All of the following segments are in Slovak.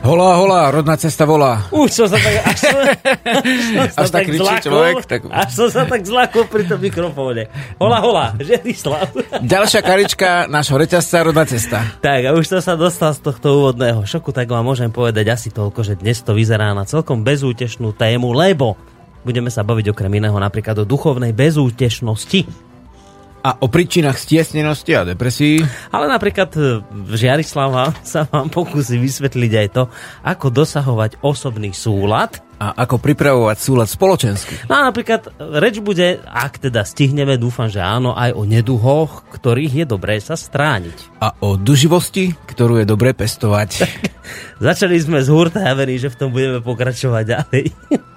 Hola, hola, rodná cesta volá. Už som sa tak... Až tak kričí človek. Až som sa tak zlákol pri tom mikrofóne. Hola, hola, Žerislav. Ďalšia karička nášho reťazca, rodná cesta. Tak, a už som sa dostal z tohto úvodného šoku, tak vám môžem povedať asi toľko, že dnes to vyzerá na celkom bezútešnú tému, lebo budeme sa baviť okrem iného napríklad o duchovnej bezútešnosti. A o príčinách stiesnenosti a depresí. Ale napríklad Žiarislava sa vám pokúsi vysvetliť aj to, ako dosahovať osobný súlad. A ako pripravovať súlad spoločenský. No a napríklad reč bude, ak teda stihneme, dúfam, že áno, aj o neduhoch, ktorých je dobré sa strániť. A o duživosti, ktorú je dobré pestovať. Začali sme z hurta a verím, že v tom budeme pokračovať ďalej.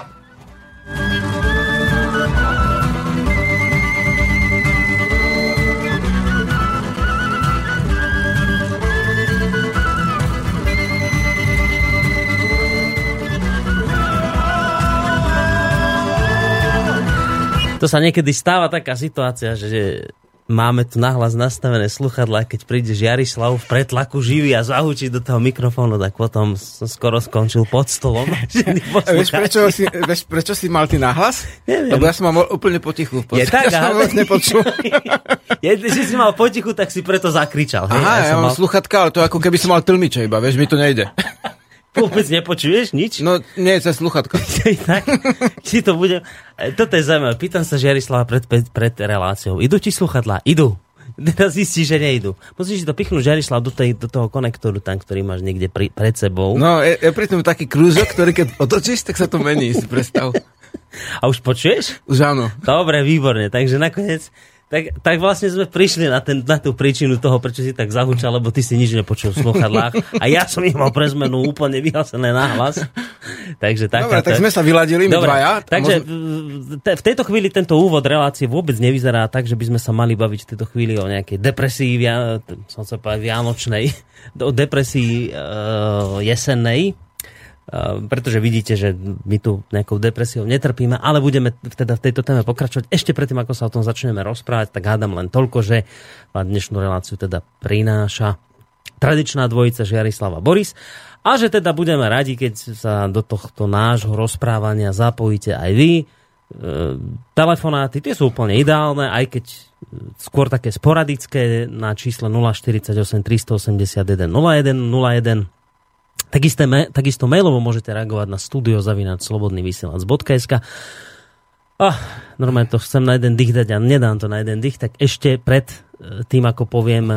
To sa niekedy stáva taká situácia, že máme tu nahlas nastavené sluchadlá, keď príde Žiarislav v pretlaku živý a zahučí do toho mikrofónu, tak potom som skoro skončil pod stolom. Vieš, prečo si mal ty nahlas? Neviem. Lebo ja som mal úplne potichu. Je tak, ja som moc nepočul. Že si mal potichu, tak si preto zakričal. Aha, ja mám sluchatka, ale to ako keby som mal tlmiče iba, vieš, mi to nejde. Vôbec nepočuješ nič? No, nie, cez sluchatka. Tak, či to bude... Toto je zaujímavé. Pýtam sa Žiarislava pred reláciou. Idú ti sluchadlá? Idú. Teraz zistíš, že nejdú. Musíš si to pichnúť, Žiarislav, do toho konektoru tam, ktorý máš niekde pred sebou. No, je pri tom taký krúžok, ktorý keď otočíš, tak sa to mení, si predstav. A už počuješ? Už áno. Dobre, výborne. Takže nakoniec... Tak vlastne sme prišli na tú príčinu toho, prečo si tak zahučal, lebo ty si nič nepočul v sluchadlách a ja som ich mal pre zmenu úplne vyhlasené nahlas. Takže dobre, tak sme sa vyladili, my dvaja. Takže v tejto chvíli tento úvod relácie vôbec nevyzerá tak, že by sme sa mali baviť v tejto chvíli o nejakej depresii, som sa povedal, vianočnej, o depresii jesennej. Pretože vidíte, že my tu nejakou depresiou netrpíme, ale budeme teda v tejto téme pokračovať. Ešte predtým, ako sa o tom začneme rozprávať, tak hádam len toľko, že dnešnú reláciu teda prináša tradičná dvojica Žiarislava Boris a že teda budeme radi, keď sa do tohto nášho rozprávania zapojíte aj vy. Telefonáty, tie sú úplne ideálne, aj keď skôr také sporadické na čísle 048 381 0101. Takisto mailovo môžete reagovať na studio@slobodnyvysielac.sk. Normálne to chcem na jeden dých dať a nedám to na jeden dých, tak ešte pred tým, ako poviem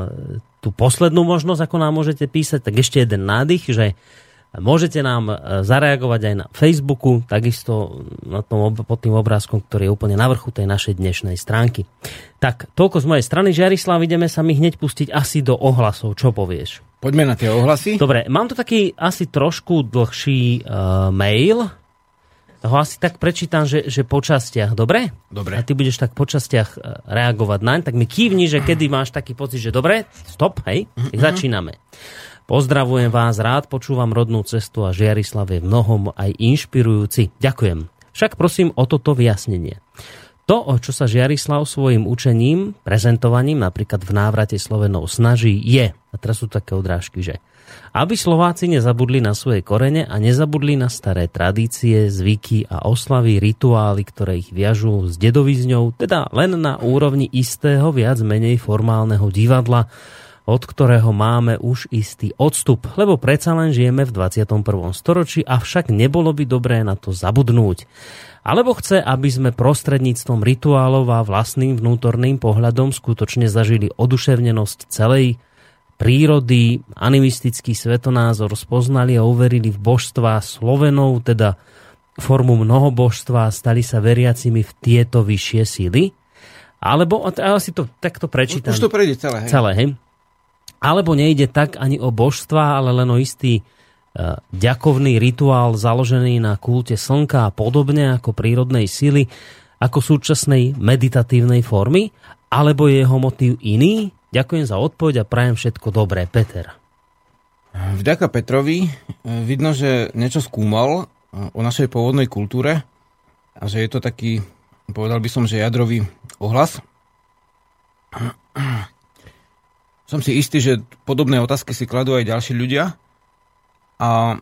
tú poslednú možnosť, ako nám môžete písať, tak ešte jeden nádych, že môžete nám zareagovať aj na Facebooku, takisto pod tým obrázkom, ktorý je úplne na vrchu tej našej dnešnej stránky. Tak, toľko z mojej strany, Žiarislav, ideme sa mi hneď pustiť asi do ohlasov. Čo povieš? Poďme na tie ohlasy. Dobre, mám tu taký asi trošku dlhší mail. Ho asi tak prečítam, že po častiach, dobre? Dobre. A ty budeš tak po častiach reagovať naň, tak mi kývni, že kedy máš taký pocit, že dobre, stop, hej, tak začíname. Pozdravujem vás, rád počúvam rodnú cestu a Žiarislav je v mnohom aj inšpirujúci. Ďakujem. Však prosím o toto vyjasnenie. To, o čo sa Žiarislav svojim učením, prezentovaním, napríklad v návrate Slovenov snaží, je, a teraz sú také odrážky, že aby Slováci nezabudli na svoje korene a nezabudli na staré tradície, zvyky a oslavy, rituály, ktoré ich viažú s dedovizňou, teda len na úrovni istého viac menej formálneho divadla, od ktorého máme už istý odstup, lebo predsa len žijeme v 21. storočí, avšak nebolo by dobré na to zabudnúť. Alebo chce, aby sme prostredníctvom rituálov a vlastným vnútorným pohľadom skutočne zažili oduševnenosť celej prírody, animistický svetonázor, spoznali a uverili v božstvá Slovenov, teda formu mnohobožstva, stali sa veriacimi v tieto vyššie síly. Alebo, ja si to takto prečítam. Už to prejde celé, hej? Celé, hej? Alebo nejde tak ani o božstva, ale len o istý ďakovný rituál založený na kulte slnka a podobne ako prírodnej sily, ako súčasnej meditatívnej formy, alebo je jeho motív iný? Ďakujem za odpoveď a prajem všetko dobré. Peter. Vďaka Petrovi vidno, že niečo skúmal o našej pôvodnej kultúre a že je to taký, povedal by som, že jadrový ohlas. Som si istý, že podobné otázky si kladú aj ďalší ľudia. A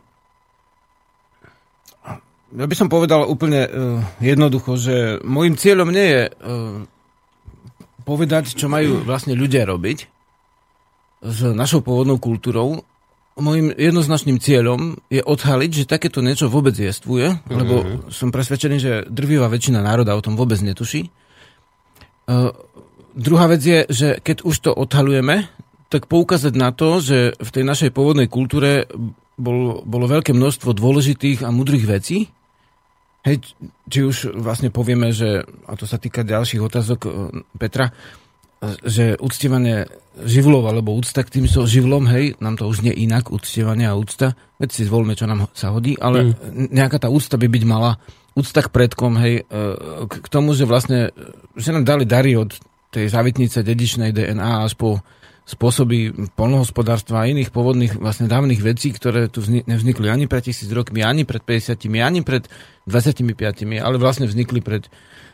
ja by som povedal úplne jednoducho, že môjim cieľom nie je povedať, čo majú vlastne ľudia robiť s našou pôvodnou kultúrou. Môjim jednoznačným cieľom je odhaliť, že takéto niečo vôbec jestvuje, lebo som presvedčený, že drvivá väčšina národa o tom vôbec netuší. Druhá vec je, že keď už to odhalujeme, tak poukázať na to, že v tej našej pôvodnej kultúre bolo veľké množstvo dôležitých a múdrych vecí. Hej, či už vlastne povieme, že, a to sa týka ďalších otázok Petra, že uctievanie živlov alebo úcta k týmto živlom, hej, nám to už nie inak, uctievanie a úcta, veď si zvolíme, čo nám sa hodí, ale nejaká tá úcta by byť mala, úcta k predkom, hej, k tomu, že vlastne, že nám dali dary od tej závetnice dedičnej DNA až po spôsoby poľnohospodárstva a iných pôvodných vlastne dávnych vecí, ktoré tu nevznikli ani pred 1000 rokmi, ani pred 50, ani pred 25, ale vlastne vznikli pred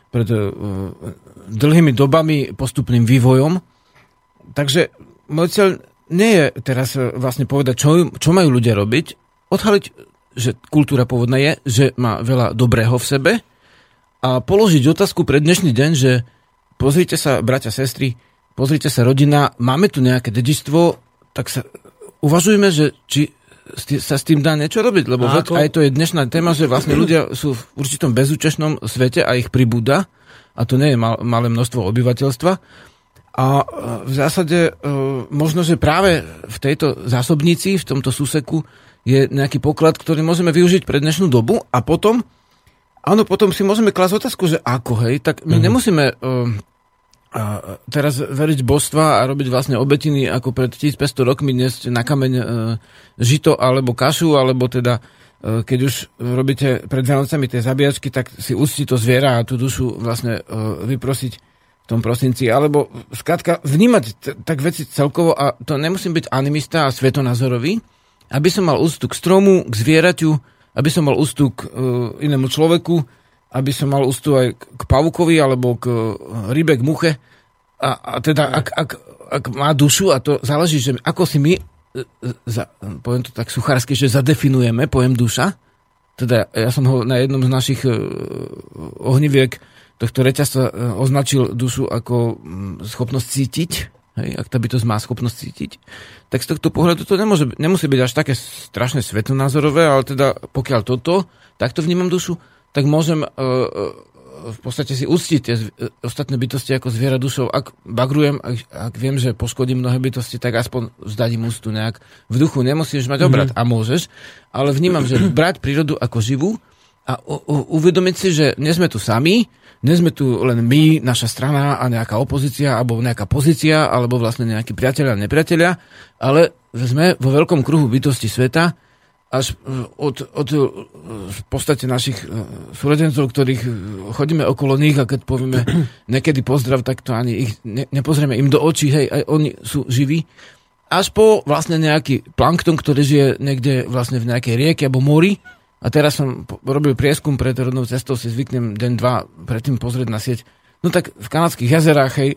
dlhými dobami, postupným vývojom. Takže môj cieľ nie je teraz vlastne povedať, čo majú ľudia robiť, odhaliť, že kultúra pôvodná je, že má veľa dobrého v sebe a položiť otázku pre dnešný deň, že pozrite sa, bratia, sestry, pozrite sa, rodina, máme tu nejaké dedičstvo, tak sa uvažujme, že či sa s tým dá niečo robiť, lebo aj to je dnešná téma, že vlastne ľudia sú v určitom bezúčešnom svete a ich pribúda, a to nie je malé množstvo obyvateľstva. A v zásade možno, že práve v tejto zásobnici, v tomto súseku je nejaký poklad, ktorý môžeme využiť pre dnešnú dobu a potom si môžeme klásť otázku, že ako, hej, tak my nemusíme teraz veriť božstva a robiť vlastne obetiny ako pred 1500 rokmi dnes na kameň žito alebo kašu, alebo teda keď už robíte pred Vianocami tie zabíjačky, tak si uctiť to zviera a tú dušu vlastne vyprosiť v tom prosinci, alebo skrátka vnímať tak veci celkovo, a to nemusím byť animista a svetonázorový, aby som mal úctu k stromu, k zvieraťu, aby som mal úctu k inému človeku, aby som mal úctu aj k pavukovi alebo k rybe, k muche. A teda, ak má dušu, a to záleží, že ako si my, poviem to tak suchársky, že zadefinujeme pojem duša. Teda ja som ho na jednom z našich ohniviek tohto reťazca označil dušu ako schopnosť cítiť. Hej, ak tá bytosť má schopnosť cítiť, tak z tohto pohľadu to nemusí byť až také strašne svetonázorové, ale teda pokiaľ takto vnímam dušu, tak môžem v podstate si uctiť tie ostatné bytosti ako zviera dušou. Ak bagrujem, ak viem, že poškodím mnohé bytosti, tak aspoň vzdadím úctu nejak. V duchu nemusíš mať obrad, a môžeš, ale vnímam, že brať prírodu ako živú a uvedomiť si, že nie sme tu sami, nie sme tu len my, naša strana a nejaká opozícia, alebo nejaká pozícia, alebo vlastne nejakí priatelia a nepriatelia, ale sme vo veľkom kruhu bytosti sveta, až od v podstate našich súrodencov, ktorých chodíme okolo nich, a keď povieme niekedy pozdrav, tak to ani ich nepozrieme im do očí, hej, aj oni sú živí. Až po vlastne nejaký plankton, ktorý žije niekde vlastne v nejakej rieke alebo mori. A teraz som robil prieskum pred rodnou cestou, si zvyknem deň, dva predtým pozrieť na sieť. No tak v kanadských jazerách, hej,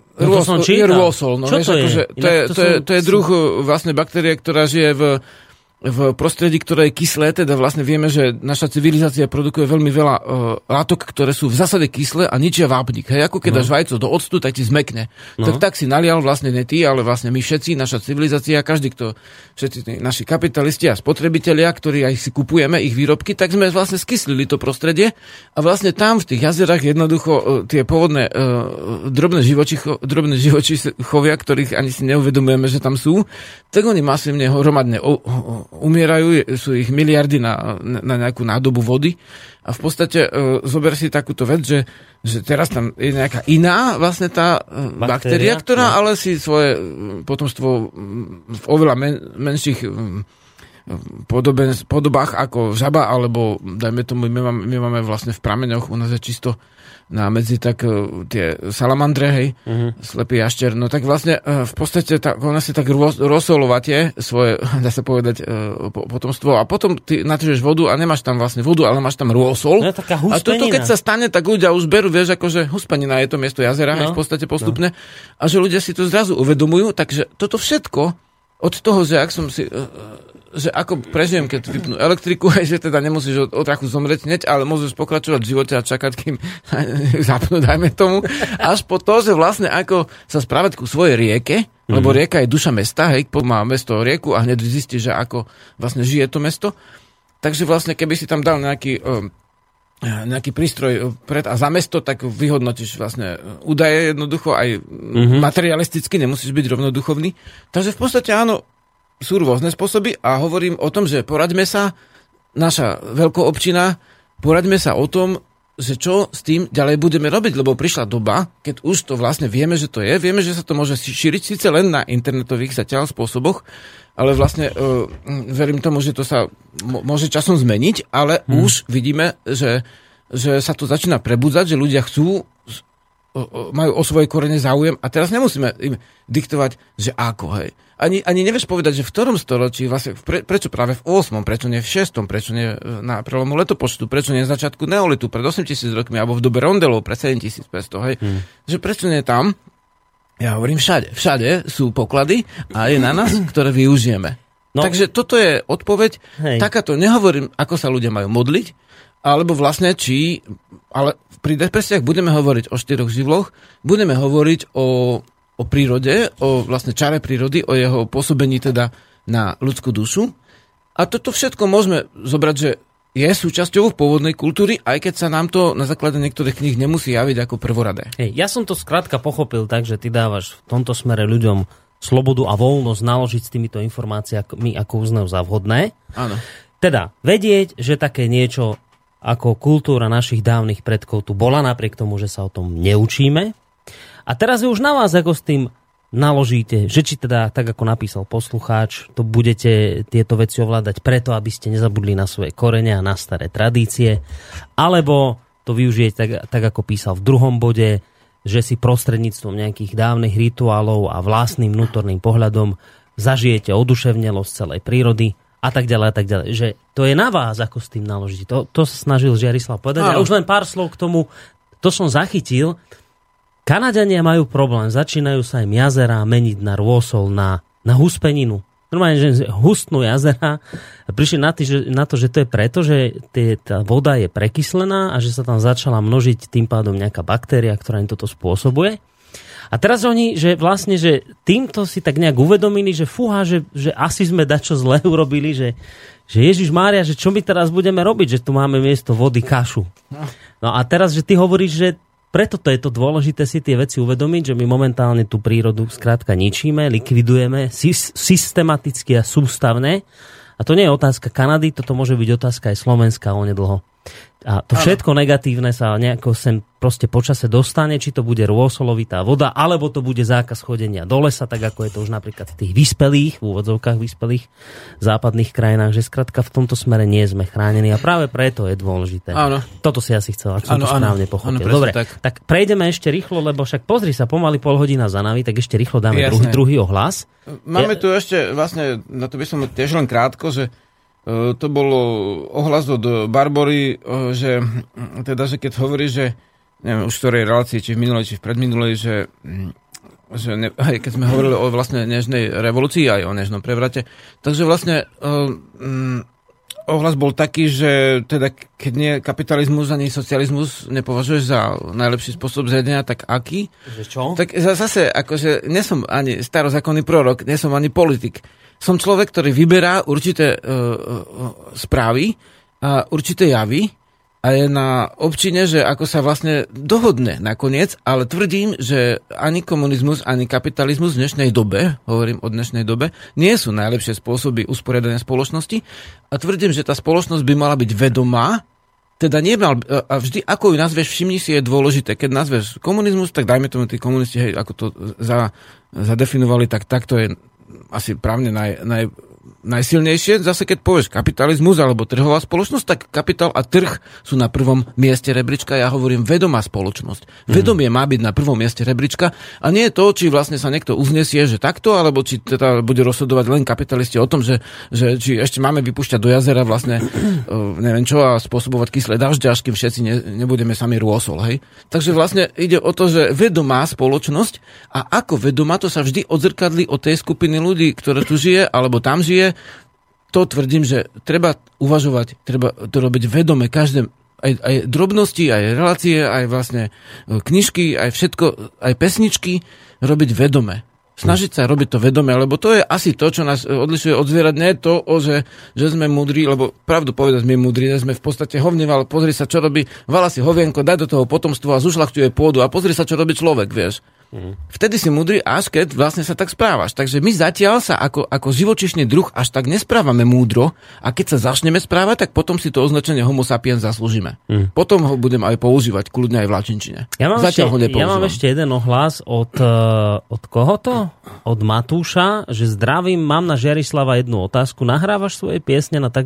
rôsol. No, čo vieš, to je? Akože, to je druh vlastne baktérie, ktorá žije v prostredí, ktoré je kyslé, teda vlastne vieme, že naša civilizácia produkuje veľmi veľa látok, ktoré sú v zásade kyslé a ničia vápnik. Hej, ako keď dáš vajco do octu, tak ti zmekne. Tak si nalial vlastne ne ty, ale vlastne my všetci, naša civilizácia, všetci naši kapitalisti a spotrebitelia, ktorí aj si kupujeme ich výrobky, tak sme vlastne skyslili to prostredie a vlastne tam v tých jazerách jednoducho tie pôvodné drobné živočichovia, ktorých ani si neuvedomujeme, že tam sú, tak oni masívne hromadne umierajú, sú ich miliardy na nejakú nádobu vody a v podstate zober si takúto vec, že teraz tam je nejaká iná vlastne tá baktéria, ktorá ale si svoje potomstvo v oveľa menších podobách ako žaba, alebo dajme tomu, my máme vlastne v prameňoch, u nás je čisto na medzi tak tie salamandre, hej, slepý jašter, no tak vlastne v podstate ona si tak rozsolovatie svoje, dá sa povedať, potomstvo, a potom ty natrieš vodu a nemáš tam vlastne vodu, ale máš tam rôsol. No, taká a toto keď sa stane, tak ľudia už berú, vieš, akože huspenina je to miesto jazera, hej, v podstate postupne, a že ľudia si to zrazu uvedomujú, takže toto všetko od toho, že ak som si že ako prežijem, keď vypnú elektriku, že teda nemusíš od strachu zomrieť hneď, ale môžeš pokračovať v živote a čakať, kým zapnú, dajme tomu, až po to, že vlastne ako sa správať ku svojej rieke, lebo rieka je duša mesta, hej, má mesto rieku a hneď zistí, že ako vlastne žije to mesto. Takže vlastne, keby si tam dal nejaký prístroj pred a za mesto, tak vyhodnotíš vlastne údaje jednoducho, aj materialisticky, nemusíš byť rovnoduchovný. Takže v podstate áno, sú rôzne spôsoby a hovorím o tom, že poraďme sa, naša veľkoobčina, poraďme sa o tom, že čo s tým ďalej budeme robiť, lebo prišla doba, keď už to vlastne vieme, že to je, vieme, že sa to môže šíriť síce len na internetových zatiaľ spôsoboch, ale vlastne verím tomu, že to sa môže časom zmeniť, ale už vidíme, že sa to začína prebudzať, že ľudia majú o svoje korene záujem a teraz nemusíme im diktovať, že ako, hej. Ani nevieš povedať, že v ktorom storočí, vlastne prečo práve v 8., prečo nie v 6., prečo nie na prelomu letopočtu, prečo nie na začiatku neolitu, pred 8000 rokmi, alebo v dobe rondelov, pred 7500, hej. Že prečo nie tam? Ja hovorím všade sú poklady a je na nás, ktoré využijeme. No. Takže toto je odpoveď. Hej. Takáto nehovorím, ako sa ľudia majú modliť, alebo vlastne ale pri depresiách budeme hovoriť o 4 živloch, budeme hovoriť o prírode, o vlastne čare prírody, o jeho pôsobení teda na ľudskú dušu. A toto všetko môžeme zobrať, že je súčasťou pôvodnej kultúry, aj keď sa nám to na základe niektorých kníh nemusí javiť ako prvoradé. Ja som to skrátka pochopil tak, že ty dávaš v tomto smere ľuďom slobodu a voľnosť naložiť s týmito informáciami, ako uznajú za vhodné. Áno. Teda vedieť, že také niečo ako kultúra našich dávnych predkov tu bola, napriek tomu, že sa o tom neučíme. A teraz je už na vás, ako s tým naložíte, že či teda, tak ako napísal poslucháč, to budete tieto veci ovládať preto, aby ste nezabudli na svoje korene a na staré tradície, alebo to využijete tak ako písal v druhom bode, že si prostredníctvom nejakých dávnych rituálov a vlastným vnútorným pohľadom zažijete oduševnelosť celej prírody a tak ďalej, a tak ďalej. Že to je na vás, ako s tým naložíte. To sa snažil Žiarislav povedať. A už len pár slov k tomu, to som zachytil. Kanaďania majú problém, začínajú sa im jazerá meniť na rôsol, na huspeninu. Normálne, že hustnú jazera. Prišli na to, že to je preto, že tá voda je prekyslená a že sa tam začala množiť tým pádom nejaká baktéria, ktorá im toto spôsobuje. A teraz oni, že vlastne, že týmto si tak nejak uvedomili, že fúha, že asi sme dačo zle urobili, že Ježišmária, že čo my teraz budeme robiť, že tu máme miesto vody kašu. No a teraz, že ty hovoríš, že preto to je to dôležité si tie veci uvedomiť, že my momentálne tú prírodu skrátka ničíme, likvidujeme systematicky a sústavne. A to nie je otázka Kanady, toto môže byť otázka aj Slovenska onedlho. A to všetko negatívne sa nejako sem proste počase dostane, či to bude rôsolovitá voda, alebo to bude zákaz chodenia do lesa, tak ako je to už napríklad v tých vyspelých, v úvodzovkách vyspelých západných krajinách, že skrátka v tomto smere nie sme chránení a práve preto je dôležité. Áno. Toto si asi chcel, ak som to správne pochopil. Dobre, tak prejdeme ešte rýchlo, lebo však pozri sa, pomaly pol hodina za nami, tak ešte rýchlo dáme druhý ohlas. Máme tu ešte, vlastne, na to by som tiež len krátko, že to bolo ohlas od Barbory, že keď hovorí, že neviem už v ktorej relácii, či v minulej, či v predminulej, keď sme hovorili o vlastne nežnej revolúcii, aj o nežnom prevrate, takže vlastne ohlas bol taký, že teda keď nie kapitalizmus ani socializmus nepovažuješ za najlepší spôsob zjednania, tak aký? Že čo? Tak zase, akože nie som ani starozákonný prorok, nie som ani politik. Som človek, ktorý vyberá určité správy a určité javy a je na občine, že ako sa vlastne dohodne nakoniec, ale tvrdím, že ani komunizmus, ani kapitalizmus v dnešnej dobe, hovorím o dnešnej dobe, nie sú najlepšie spôsoby usporiadania spoločnosti a tvrdím, že tá spoločnosť by mala byť vedomá, teda nemal, a vždy, ako ju nazveš, všimni si, je dôležité. Keď nazveš komunizmus, tak dajme tomu tí komunisti, hej, ako to zadefinovali, tak to je asi právne najsilnejšie. Zase keď povieš kapitalizmus alebo trhová spoločnosť, tak kapitál a trh sú na prvom mieste rebríčka. Ja hovorím vedomá spoločnosť. Vedomie má byť na prvom mieste rebríčka a nie je to, či vlastne sa niekto uznesie, že takto, alebo či teda bude rozhodovať len kapitalisti o tom, že či ešte máme vypúšťať do jazera vlastne neviem čo a spôsobovať kyslé dažde, až kým všetci nebudeme sami rôsol. Hej? Takže vlastne ide o to, že vedomá spoločnosť a ako vedomá to sa vždy odzrkadlí od tej skupiny ľudí, ktoré tu žije alebo tam žije. to tvrdím, že treba uvažovať, treba to robiť vedome, každé aj drobnosti, aj relácie, aj vlastne knižky, aj všetko, aj pesničky robiť vedome. Snažiť sa robiť to vedome, lebo to je asi to, čo nás odlišuje od zvierat. Nie to, že sme múdri, lebo pravdu povedať, sme múdri, sme v podstate hovneval, pozri sa, čo robí, vala si hovienko, daj do toho potomstvo a zušľachťuje pôdu a pozri sa, čo robí človek, vieš. Vtedy si múdry, až keď vlastne sa tak správaš. Takže my zatiaľ sa ako živočíšny druh až tak nesprávame múdro a keď sa začneme správať, tak potom si to označenie Homo sapiens zaslúžime. Potom ho budem aj používať, kľudne aj v lačinčine. Ja mám ešte jeden ohlas od koho to? Od Matúša, že zdravím, mám na Žiarislava jednu otázku. Nahrávaš svoje piesne na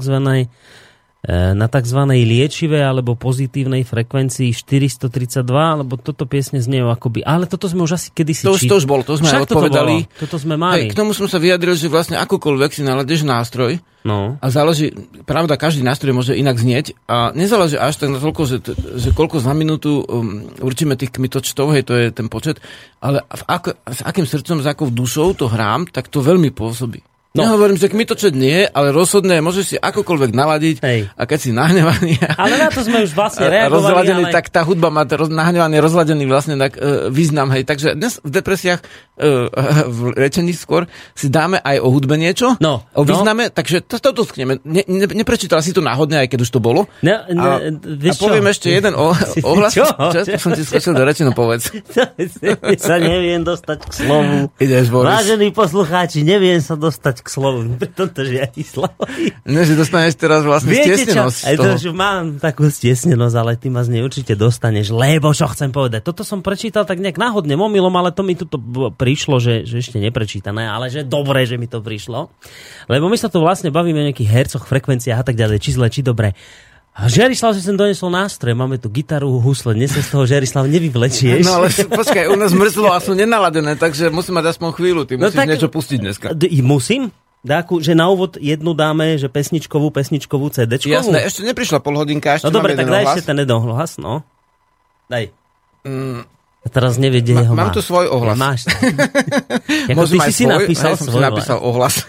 takzvanej liečivej alebo pozitívnej frekvencii 432, alebo toto piesne zniejú akoby... Ale toto sme už asi kedysi To už bolo, to sme aj odpovedali. Toto sme mali. K tomu som sa vyjadril, že vlastne akokoľvek si naladíš nástroj a záleží, pravda, každý nástroj môže inak znieť a nezáleží až tak na toľko, že koľko za minútu určíme tých kmitočtov, hej, to je ten počet, ale s akým srdcom, s akou dušou to hrám, tak to veľmi pôsobí. No. Nehovorím, že kmitočet nie, ale rozhodné, môžeš si akokoľvek naladiť. Hej. A keď si nahnevaný ale na to sme už vlastne reagovali. Rozladený, ale... tak tá hudba má nahnevaný, rozladený vlastne tak, význam. Hej. Takže dnes v depresiách v liečení skôr si dáme aj o hudbe niečo, o význame, takže to dotkneme. Neprečítal si to náhodne, aj keď už to bolo. A poviem ešte jeden ohlas. Čo? Som ti skočil do reči, no povedz. sa neviem dostať k slovu. Ideš, Boris. Vážení poslucháči, neviem sa dostať k slovu. Pri tomto Žiarislavovi. Ne, že dostaneš teraz vlastne stiesnenosť. Aj to, že mám takú stiesnenosť, ale ty ma z nej určite dostaneš, lebo čo chcem povedať. Toto som prečítal tak nejak náhodne, omylom, ale to mi tuto prišlo, že ešte neprečítané, ale že dobre, že mi to prišlo. Lebo my sa tu vlastne bavíme o nejakých hercoch, frekvenciách a tak ďalej, či zle, či dobre. A Žiarislav si sem donesol nástroje, máme tu gitaru, husle, dnes sa z toho Žiarislav nevyvlečieš. No ale počkaj, u nás mrzlo a sú nenaladené, takže musím mať aspoň chvíľu, ty musíš niečo pustiť dneska. Musím? Dáku, že na úvod jednu dáme, že pesničkovú CD-čkovú? Jasné, ešte neprišla polhodinka, ešte no dobre, tak daj ešte ten jeden ohlas, no. Daj. A teraz nevedie jeho mám tu svoj ohlas. Máš. Môžem aj svoj? Som si napísal ohlas.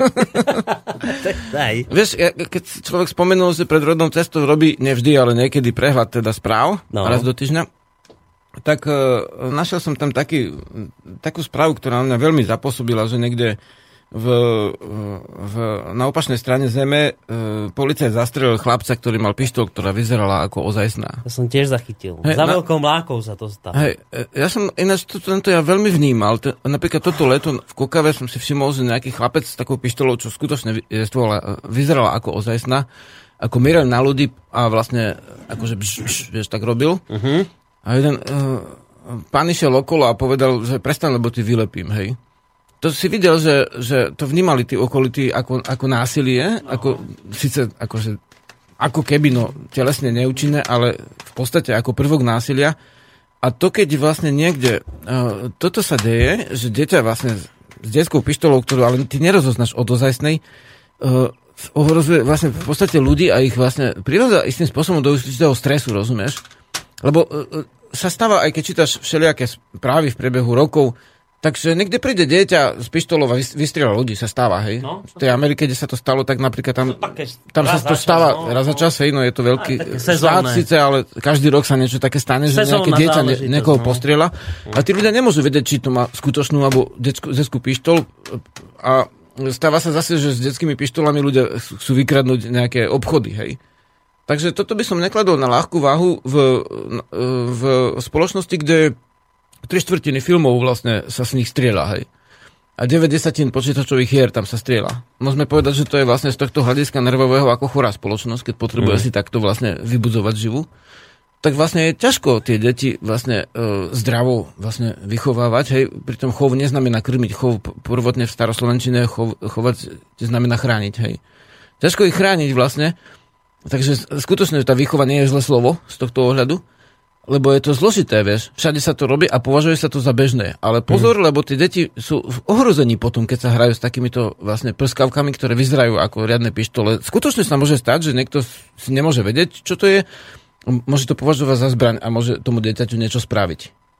Daj. Vieš, keď človek spomenul, že pred rodnou cestou robí nevždy, ale niekedy prehľad teda správ, raz do týždňa, tak našiel som tam takú správu, ktorá na mňa veľmi zapôsobila, že niekde na opačnej strane zeme policajt zastrelil chlapca, ktorý mal pištol, ktorá vyzerala ako ozajstná. To som tiež zachytil. Za veľkou mlákou sa to stalo. Ja som ináč tento ja veľmi vnímal. Napríklad toto leto v Kokave som si všimol, že nejaký chlapec s takou pištolou, čo skutočne vyzerala ako ozajstná, ako mieril na ľudí a vlastne akože vieš, tak robil. A jeden pán išiel okolo a povedal, že prestaň, lebo ty vylepím, hej. To si videl, že to vnímali tí okolití ako násilie, ako keby telesne neúčinné, ale v podstate ako prvok násilia. A to, keď vlastne niekde toto sa deje, že dieťa vlastne s detskou pištolou, ktorú ale ty nerozoznáš od ozajstnej, ohrozuje vlastne v podstate ľudí a ich vlastne privádza istým spôsobom do určitého stresu, rozumieš? Lebo sa stáva, aj keď čítaš všelijaké správy v priebehu rokov, takže niekde príde dieťa z pištolou a vystrieľa ľudí, sa stáva, hej. No, v tej Amerike, kde sa to stalo, tak napríklad tam sa to stáva raz za čas, hej, no je to veľký štát síce, ale každý rok sa niečo také stane, že nejaké dieťa niekoho postrieľa. A tí ľudia nemôžu vedieť, či to má skutočnú alebo detskú pištol a stáva sa zase, že s detskými pištolami ľudia chcú vykradnúť nejaké obchody, hej. Takže toto by som nekladol na ľahkú váhu v spoločnosti, kde 3/4 filmov vlastne sa z nich strieľa, hej. A 90% počítačových hier tam sa strieľa. Môžeme povedať, že to je vlastne z tohto hľadiska nervového ako chorá spoločnosť, keď potrebuje si takto vlastne vybudzovať živú. Tak vlastne je ťažko tie deti vlastne zdravo vlastne vychovávať, hej. Pritom chov neznamená krmiť, chov prvotne v staroslovenčine chovať znamená chrániť, hej. Ťažko ich chrániť vlastne, takže skutočne tá výchova nie je zlé slovo z tohto ohľadu. Lebo je to zložité, vieš. Všade sa to robí a považuje sa to za bežné. Ale pozor, lebo tie deti sú v ohrození potom, keď sa hrajú s takýmito vlastne prskavkami, ktoré vyzerajú ako riadne pištole. Skutočne sa môže stať, že niekto si nemôže vedieť, čo to je. Môže to považovať za zbraň a môže tomu dieťaťu niečo spraviť.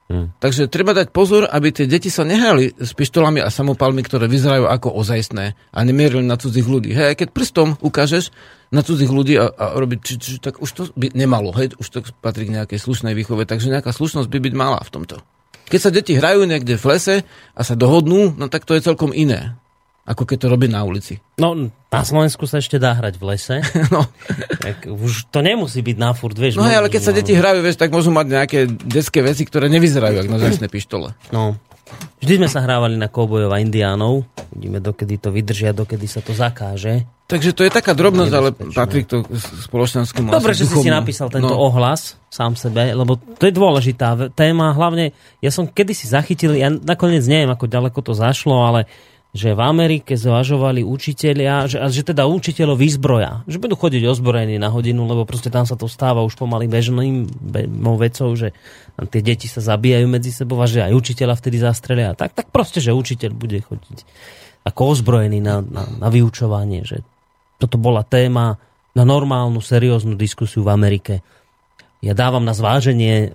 Takže treba dať pozor, aby tie deti sa nehrali s pištolami a samopalmi, ktoré vyzerajú ako ozajstné a nemierili na cudzích ľudí. Hej, keď prstom ukážeš na cudzích ľudí a robiť, tak už to by nemalo, hej, už to patrí k nejakej slušnej výchove, takže nejaká slušnosť by byť mala v tomto. Keď sa deti hrajú niekde v lese a sa dohodnú, no tak to je celkom iné, ako keď to robí na ulici. No, na Slovensku sa ešte dá hrať v lese. No. Tak už to nemusí byť na furt, vieš. No hej, ale keď sa deti hrajú, vieš, tak môžu mať nejaké detské veci, ktoré nevyzerajú ako naozajstné pištole. No. Vždy sme sa hrávali na koubojov a indiánov. Vidíme, dokedy to vydržia, dokedy sa to zakáže. Takže to je taká drobnosť, ale patrí to spoločenskému. Dobre, že si napísal tento ohlas sám sebe, lebo to je dôležitá téma. Hlavne, ja som kedysi zachytil, ja nakoniec neviem, ako ďaleko to zašlo, ale že v Amerike zvažovali učitelia, že teda učiteľov vyzbroja, že budú chodiť ozbrojení na hodinu, lebo proste tam sa to stáva už pomaly bežným vecou, že tie deti sa zabíjajú medzi sebou a že aj učiteľa vtedy zastrelia. Tak proste, že učiteľ bude chodiť ako ozbrojený na vyučovanie, že toto bola téma na normálnu, serióznu diskusiu v Amerike. Ja dávam na zváženie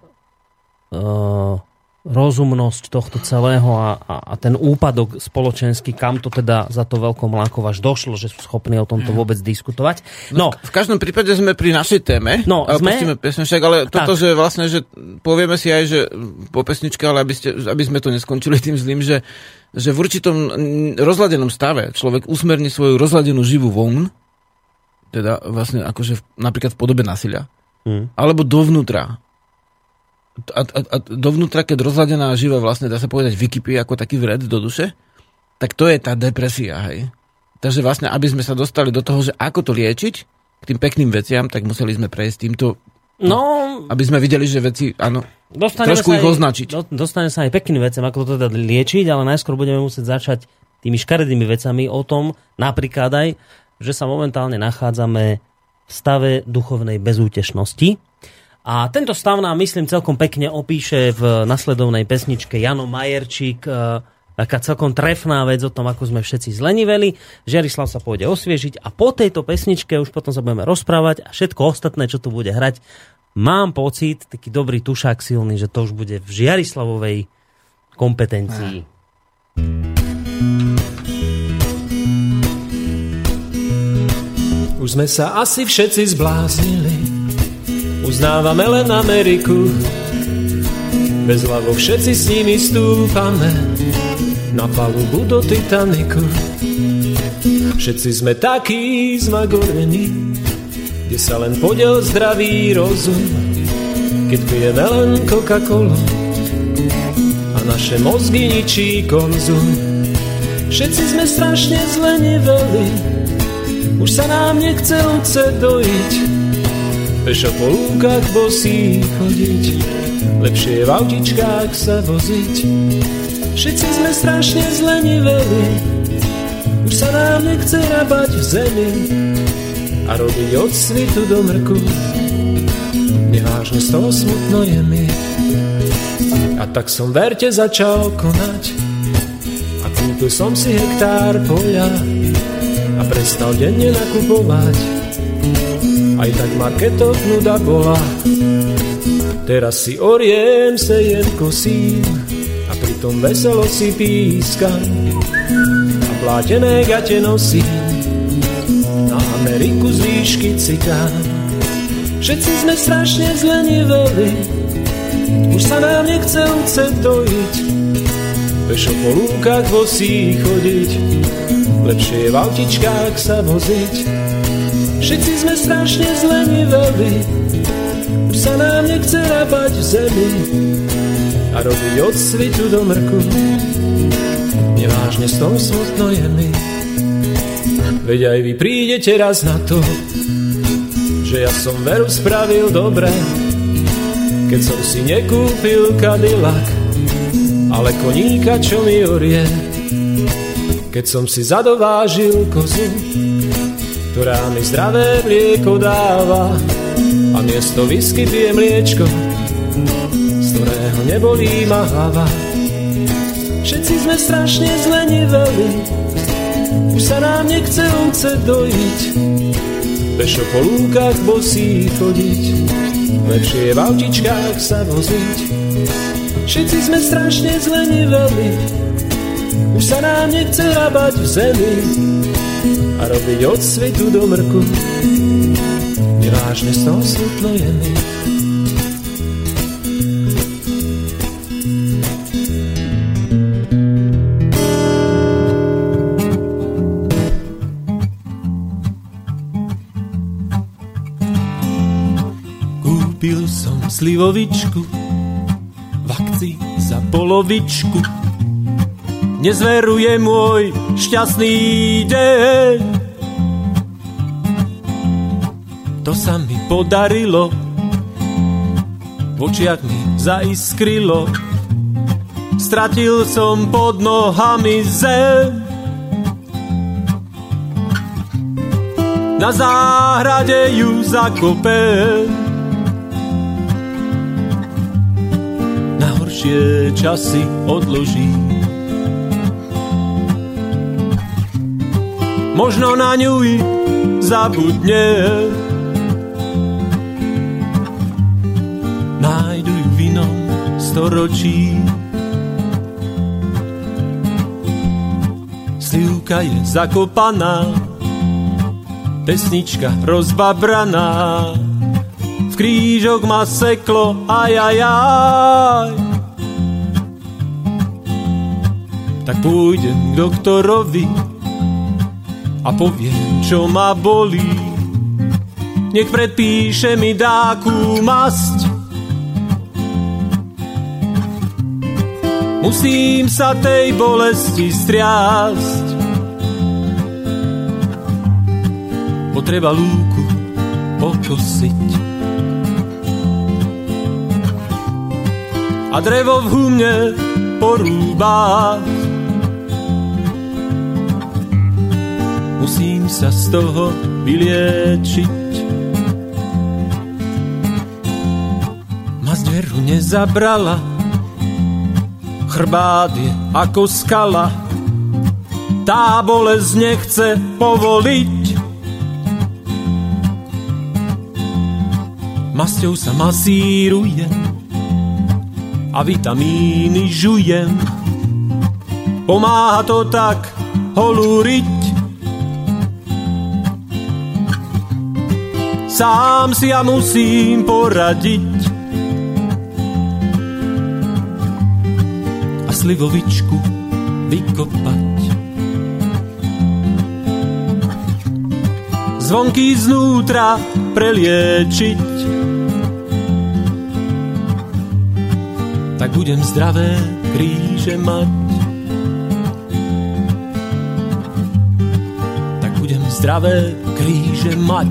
rozumnosť tohto celého a ten úpadok spoločenský, kam to teda za to veľkou mlákov až došlo, že sú schopní o tomto vôbec diskutovať. No, v každom prípade sme pri našej téme. No, pustíme pesniček, ale toto, že vlastne, že povieme si aj, že po pesničke, ale aby sme to neskončili tým zlým, že v určitom rozladenom stave človek usmerní svoju rozladenú živú von, teda vlastne akože napríklad v podobe násilia, alebo dovnútra. A dovnútra, keď rozladená živa vlastne, dá sa povedať, vykypí ako taký vred do duše, tak to je tá depresia, hej. Takže vlastne, aby sme sa dostali do toho, že ako to liečiť k tým pekným veciam, tak museli sme prejsť týmto, aby sme videli, že veci, áno, trošku ich označiť. Dostane sa aj pekným veciam, ako to teda liečiť, ale najskôr budeme musieť začať tými škaredými vecami o tom, napríklad aj, že sa momentálne nachádzame v stave duchovnej bezútešnosti. A tento stav nám, myslím, celkom pekne opíše v nasledovnej pesničke Jano Majerčík, taká celkom trefná vec o tom, ako sme všetci zleniveli. Žiarislav sa pôjde osviežiť a po tejto pesničke už potom sa budeme rozprávať a všetko ostatné, čo tu bude hrať, mám pocit, taký dobrý tušák silný, že to už bude v Žiarislavovej kompetencii. Už sme sa asi všetci zbláznili, uznávame len Ameriku, bez hlavo všetci s nimi stúpame na palubu do Titaniku. Všetci sme takí zmagorení, kde sa len podiel zdravý rozum, keď pijeme len Coca-Colu a naše mozgy ničí konzum. Všetci sme strašne zleniveli, už sa nám nechce ovce dojiť, pešo po lúkach bosí chodiť, lepšie je v autičkách sa voziť. Všetci sme strašne zleniveli, už sa nám nechce rabať v zemi a robiť od svitu do mrku. Nevážne z toho smutno je mi. A tak som verte začal konať a kúpil som si hektár poľa a prestal denne nakupovať. Aj tak marketok nuda bola. Teraz si oriem, sejem, kosím a pritom veselo si pískam a plátené gate nosím, na Ameriku z výšky cikám. Všetci sme strašne zleniveli, už sa nám nechce ovce dojiť, pešo po lúkach bosí chodiť, lepšie je v autičkách sa voziť. Všetci sme strašne zleniveli, už sa nám nechce rabať v zemi a robiť od svitu do mrku. Nevážne z toho smutno je mi. Veď aj vy prídete raz na to, že ja som veru spravil dobre, keď som si nekúpil Cadillac, ale koníka, čo mi orie. Keď som si zadovážil kozu, ktorá mi zdravé mlieko dáva, a miesto whisky pije mliečko, z ktorého nebolí ma hlava. Všetci sme strašne zleniveli, už sa nám nechce ovce dojiť, pešo po lúkach bosí chodiť, lepšie je v autičkách sa voziť. Všetci sme strašne zleniveli, už sa nám nechce rabať v zemi a robiť od svetu do mrku. Je vážne z toho smutno je mi. Kúpil som slivovičku v akcii za polovičku. Nezveruje môj šťastný deň. To sa mi podarilo, v očiach mi zaiskrilo. Stratil som pod nohami zem. Na záhrade ju zakopem. Horšie časy odloží. Možno na ňu i zabudnem. Nájdu ju v inom storočí. Slivka je zakopaná, pesnička rozbabraná. V krížok ma seklo, ajajaj. Tak pôjdem k doktorovi a poviem, čo ma bolí. Nech predpíše mi dáku masť. Musím sa tej bolesti striasť. Potreba lúku pokosiť. A drevo v humne porúbať. Musím sa z toho vyliečiť. Masť veru nezabrala, chrbát je ako skala. Tá bolesť nechce povoliť. Masťou sa masírujem a vitamíny žujem. Pomáha to tak holúriť. Sám si ja musím poradiť. A slivovičku vykopať. Zvonky znútra preliečiť. Tak budem zdravé kríže mať. Tak budem zdravé kríže mať.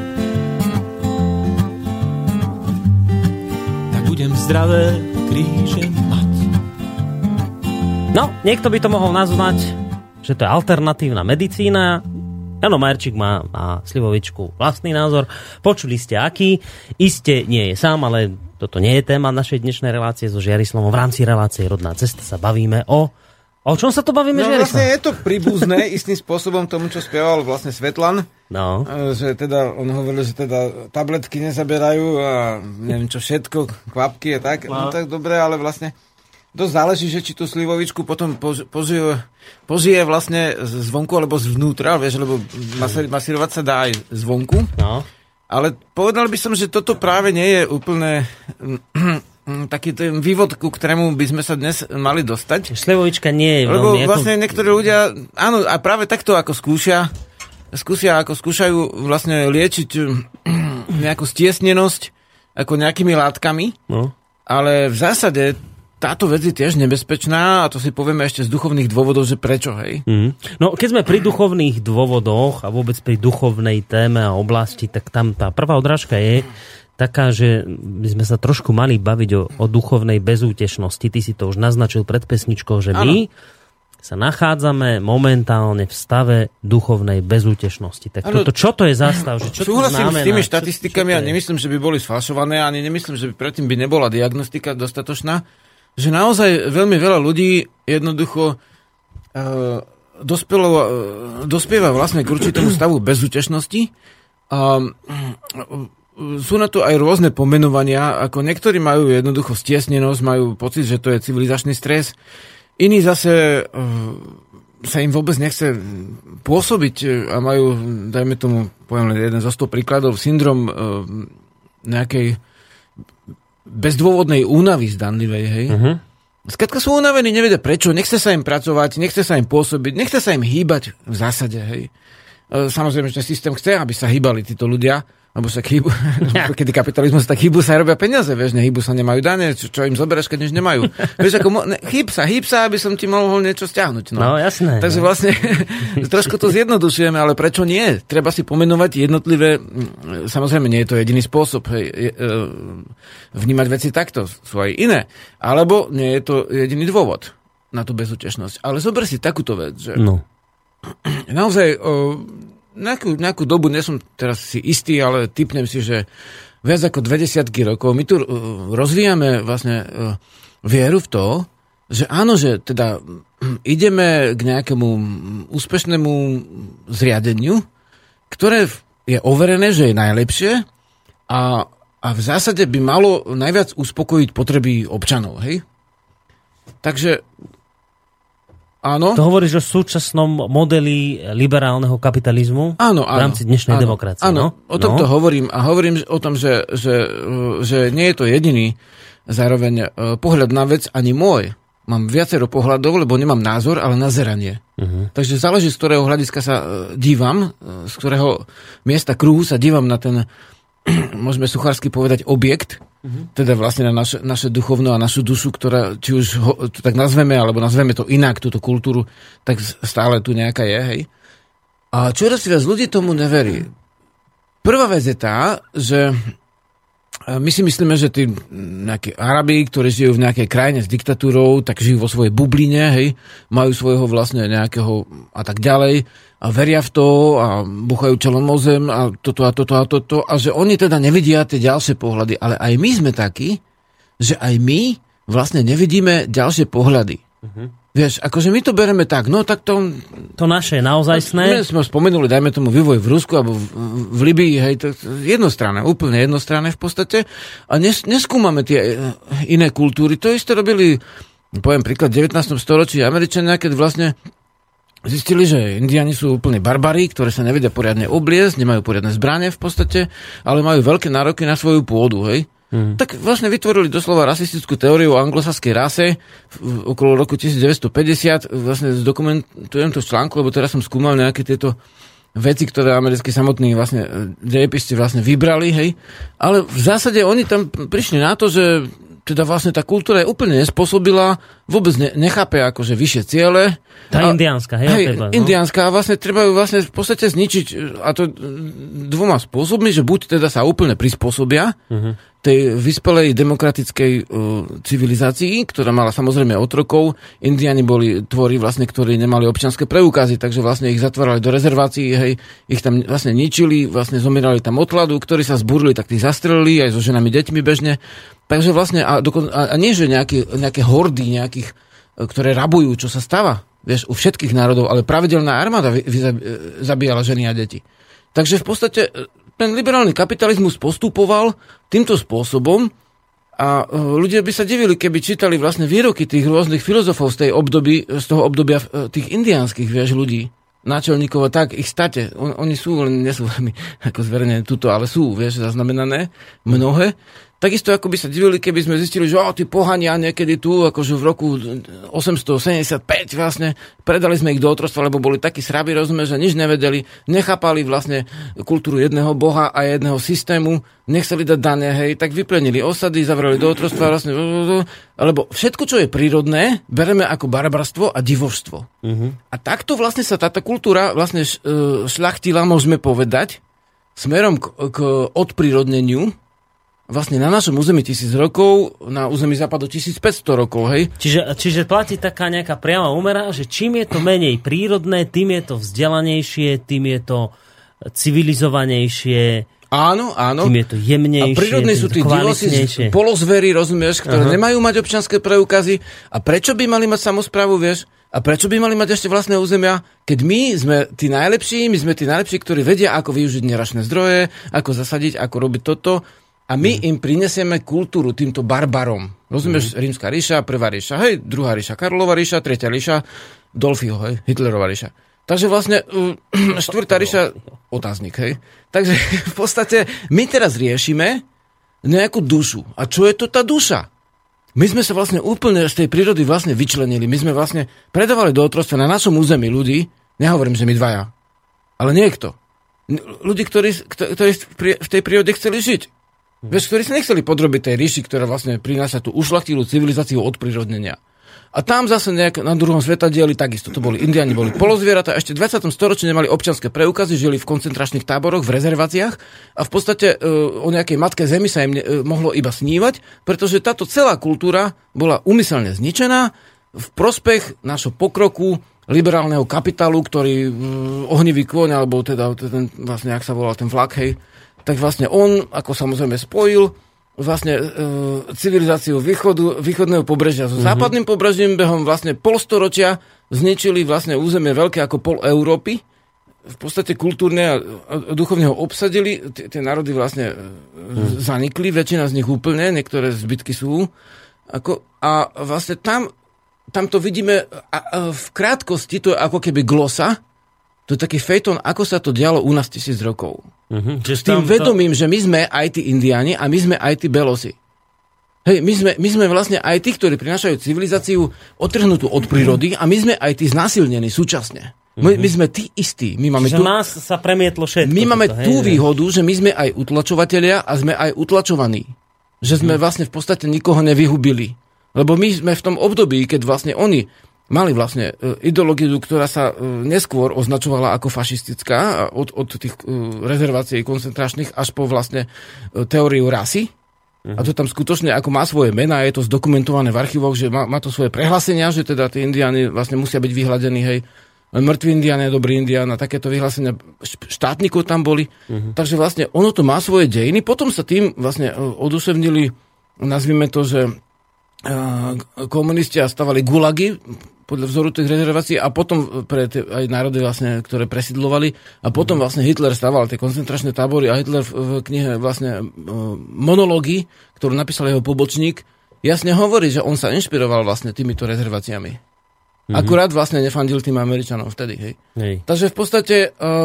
Zdravé kríže mať. No, niekto by to mohol nazvať, že to je alternatívna medicína. Jano Majerčík má na slivovičku vlastný názor. Počuli ste aký. Iste nie je sám, ale toto nie je téma našej dnešnej relácie so Žiarislavom. V rámci relácie Rodná cesta sa bavíme o čom sa to bavíme, Žiarislav? Vlastne je to príbuzné istým spôsobom tomu, čo spieval vlastne Svetlan. No. Že teda, on hovoril, že teda tabletky nezaberajú a neviem čo všetko, kvapky a tak. No tak dobre, ale vlastne dosť záleží, že či tú slivovičku potom požije vlastne zvonku alebo zvnútra, vieš, lebo masírovať sa dá aj zvonku. No. Ale povedal by som, že toto práve nie je úplne taký ten vývod, ku ktorému by sme sa dnes mali dostať. Slivovička nie je lebo vlastne niektorí ľudia, áno, a práve takto ako skúšajú vlastne liečiť nejakú stiesnenosť ako nejakými látkami, no. Ale v zásade táto vec je tiež nebezpečná a to si povieme ešte z duchovných dôvodov, že prečo, hej? No, keď sme pri duchovných dôvodoch a vôbec pri duchovnej téme a oblasti, tak tam tá prvá odrážka je taká, že by sme sa trošku mali baviť o duchovnej bezútešnosti. Ty si to už naznačil pred pesničkou, že my sa nachádzame momentálne v stave duchovnej bezútešnosti. Tak čo to je za stav? Že čo súhlasím to znamená? S tými štatistikami a nemyslím, že by boli sfalšované, ani nemyslím, že by predtým by nebola diagnostika dostatočná, že naozaj veľmi veľa ľudí jednoducho dospieva vlastne k určitému stavu bezútešnosti. sú na to aj rôzne pomenovania, ako niektorí majú jednoducho stiesnenosť, majú pocit, že to je civilizačný stres, iní zase sa im vôbec nechce pôsobiť a majú, dajme tomu, poviem len jeden zo 100 príkladov, syndrom nejakej bezdôvodnej únavy zdanlivej, hej. Skrátka sú unavení, nevedia prečo, nechce sa im pracovať, nechce sa im pôsobiť, nechce sa im hýbať v zásade, hej. Samozrejme, že systém chce, aby sa hýbali títo ľudia, lebo sa hýbu, kedy kapitalizmus, tak hýbu sa, robia peniaze, vieš, nehýbu sa, nemajú dane, čo im zoberieš, keď nič nemajú. Vieš, ako, hýb sa, aby som ti mohol niečo stiahnuť. No jasné. Takže vlastne trošku to zjednodušujeme, ale prečo nie? Treba si pomenovať jednotlivé, samozrejme, nie je to jediný spôsob, vnímať veci takto, sú aj iné. Alebo nie je to jediný dôvod na tú bezútešnosť. Ale zober si takúto vec, že naozaj nejakú dobu, nie som teraz si istý, ale tipnem si, že viac ako 20 rokov my tu rozvíjame vlastne vieru v to, že áno, že teda ideme k nejakému úspešnému zriadeniu, ktoré je overené, že je najlepšie a v zásade by malo najviac uspokojiť potreby občanov, hej? Takže áno. To hovoríš o súčasnom modeli liberálneho kapitalizmu v rámci dnešnej demokracie. Áno, o tomto hovorím a hovorím o tom, že nie je to jediný zároveň pohľad na vec ani môj. Mám viacero pohľadov, lebo nemám názor, ale nazeranie. Takže záleží, z ktorého hľadiska sa dívam, z ktorého miesta kruhu sa dívam na ten, môžeme suchársky povedať, objekt, teda vlastne na naše duchovno a našu dušu, ktorá, či už to tak nazveme, alebo nazveme to inak, túto kultúru, tak stále tu nejaká je, hej. A čoraz viac ľudí tomu neverí. Prvá vec je tá, že my si myslíme, že tí nejakí Arabi, ktorí žijú v nejakej krajine s diktatúrou, tak žijú vo svojej bubline, hej, majú svojho vlastne nejakého a tak ďalej a veria v to a buchajú čelom o zem a toto a že oni teda nevidia tie ďalšie pohľady, ale aj my sme takí, že aj my vlastne nevidíme ďalšie pohľady. Vieš, akože my to bereme tak, no tak to naše naozajstné. My sme spomenuli, dajme tomu vývoj v Rusku alebo v Libii, hej, to jednostranné, úplne jednostranné v podstate a neskúmame tie iné kultúry. To isté robili, poviem príklad, v 19. storočí Američania, keď vlastne zistili, že Indiáni sú úplne barbari, ktoré sa nevedia poriadne obliecť, nemajú poriadne zbrane v podstate, ale majú veľké nároky na svoju pôdu, hej. Tak vlastne vytvorili doslova rasistickú teóriu o anglosaskej rase okolo roku 1950. Vlastne zdokumentujem to v článku, lebo teraz som skúmal nejaké tieto veci, ktoré americkí samotní vlastne dejepisti vlastne vybrali, hej. Ale v zásade oni tam prišli na to, že teda vlastne tá kultúra je úplne nespôsobila, vôbec nechápe akože vyššie ciele. Tá indiánska, hej? Indiánska a vlastne treba ju vlastne v podstate zničiť a to dvoma spôsobmi, že buď teda sa úplne prispôsobia tej vyspelej demokratickej civilizácii, ktorá mala samozrejme otrokov. Indiáni boli tvorí vlastne, ktorí nemali občianske preukazy, takže vlastne ich zatvárali do rezervácií, hej, ich tam vlastne ničili, vlastne zomierali tam od hladu, ktorí sa zbúrili, tak tých zastrelili aj so ženami, deťmi bežne. Takže vlastne, a nie, že nejaké hordy nejakých, ktoré rabujú, čo sa stáva, vieš, u všetkých národov, ale pravidelná armáda zabíjala ženy a deti. Takže v podstate ten liberálny kapitalizmus postupoval týmto spôsobom a ľudia by sa divili, keby čítali vlastne výroky tých rôznych filozofov z toho obdobia tých indiánskych, vieš, ľudí, náčelníkov a tak, ich state. Oni sú, len nie sú veľmi ako zverejnené tuto, ale sú, vieš, zaznamenané mnohé. Takisto ako by sa divili, keby sme zistili, že tí pohania niekedy tu, akože v roku 875 vlastne, predali sme ich do otroctva, lebo boli takí srabi, rozumieš, že nič nevedeli, nechápali vlastne kultúru jedného boha a jedného systému, nechceli dať dane, hej, tak vyplenili osady, zavreli do otroctva vlastne, lebo všetko, čo je prírodné, bereme ako barbarstvo a divožstvo. A takto vlastne sa táto kultúra vlastne šľachtila, môžeme povedať, smerom k odprírodneniu, vlastne na našom území 1000 rokov, na území západu 1500 rokov, hej? Čiže platí taká nejaká priama úmera, že čím je to menej prírodné, tým je to vzdelanejšie, tým je to civilizovanejšie. Áno. Tým je to jemnejšie, a prírodní sú tí divosi, polozvery, rozumieš, ktoré nemajú mať občianske preukazy. A prečo by mali mať samosprávu, vieš? A prečo by mali mať ešte vlastné územia, keď my sme tí najlepší, ktorí vedia, ako využiť nerašné zdroje, ako zasadiť, ako robiť toto. A my im prinesieme kultúru týmto barbarom. Rozumieš, Rímska ríša, prvá ríša, hej, druhá ríša, Karlova ríša, tretia ríša, Dolfyho, hej, Hitlerova ríša. Takže vlastne štvrtá ríša, otáznik, hej. Takže v podstate my teraz riešime nejakú dušu. A čo je to tá duša? My sme sa vlastne úplne z tej prírody vlastne vyčlenili. My sme vlastne predávali do otroctva na našom území ľudí, nehovorím, že my dvaja, ale niekto. Ľudí, ktorí v tej prírode chceli žiť. Vieš, ktorí sa nechceli podrobiť tej ríši, ktorá vlastne prináša tú ušľachtilú civilizáciu od prírodnenia. A tam zase nejak na druhom svetadieli takisto. To boli Indiáni, boli polozvieratá. Ešte v 20. storočí nemali občianske preukazy, žili v koncentračných táboroch, v rezerváciách a v podstate o nejakej matke zemi sa im mohlo iba snívať, pretože táto celá kultúra bola úmyselne zničená v prospech nášho pokroku, liberálneho kapitálu, ktorý ohnivý kôň, alebo teda ten, vlastne, ak sa volal ten vlak, hej, tak vlastne on, ako samozrejme spojil vlastne civilizáciu východného pobrežia so západným pobrežím behom vlastne polstoročia zničili vlastne územie veľké ako pol Európy. V podstate kultúrne a duchovne ho obsadili. Tie národy vlastne zanikli, väčšina z nich úplne, niektoré zbytky sú. A vlastne tam to vidíme v krátkosti, to je ako keby glosa. To je taký fejton, ako sa to dialo u nás 1000 rokov. S tým vedomím, že my sme aj tí Indiáni a my sme aj tí Belosi. Hej, my sme vlastne aj tí, ktorí prinášajú civilizáciu odtrhnutú od prírody a my sme aj tí znásilnení súčasne. My sme tí istí. Čiže nás sa premietlo všetko. My máme tú výhodu, že my sme aj utlačovatelia a sme aj utlačovaní. Že sme vlastne v podstate nikoho nevyhubili. Lebo my sme v tom období, keď vlastne oni mali vlastne ideológiu, ktorá sa neskôr označovala ako fašistická od tých rezervácií koncentračných až po vlastne teóriu rasy. A to tam skutočne ako má svoje mená, je to zdokumentované v archívoch, že má to svoje prehlásenia, že teda tí indiáni vlastne musia byť vyhľadení, hej, mŕtvý indián je dobrý indián a takéto vyhlásenia štátnikov tam boli. Takže vlastne ono to má svoje dejiny. Potom sa tým vlastne oduševnili, nazvime to, že komunisti stavali gulagy podľa vzoru tých rezervácií a potom pre aj národy vlastne, ktoré presidlovali a potom vlastne Hitler staval tie koncentračné tábory a Hitler v knihe vlastne monológy, ktorú napísal jeho pobočník, jasne hovorí, že on sa inšpiroval vlastne týmito rezerváciami. Akurát vlastne nefandil tým Američanom vtedy. Hej. Takže v podstate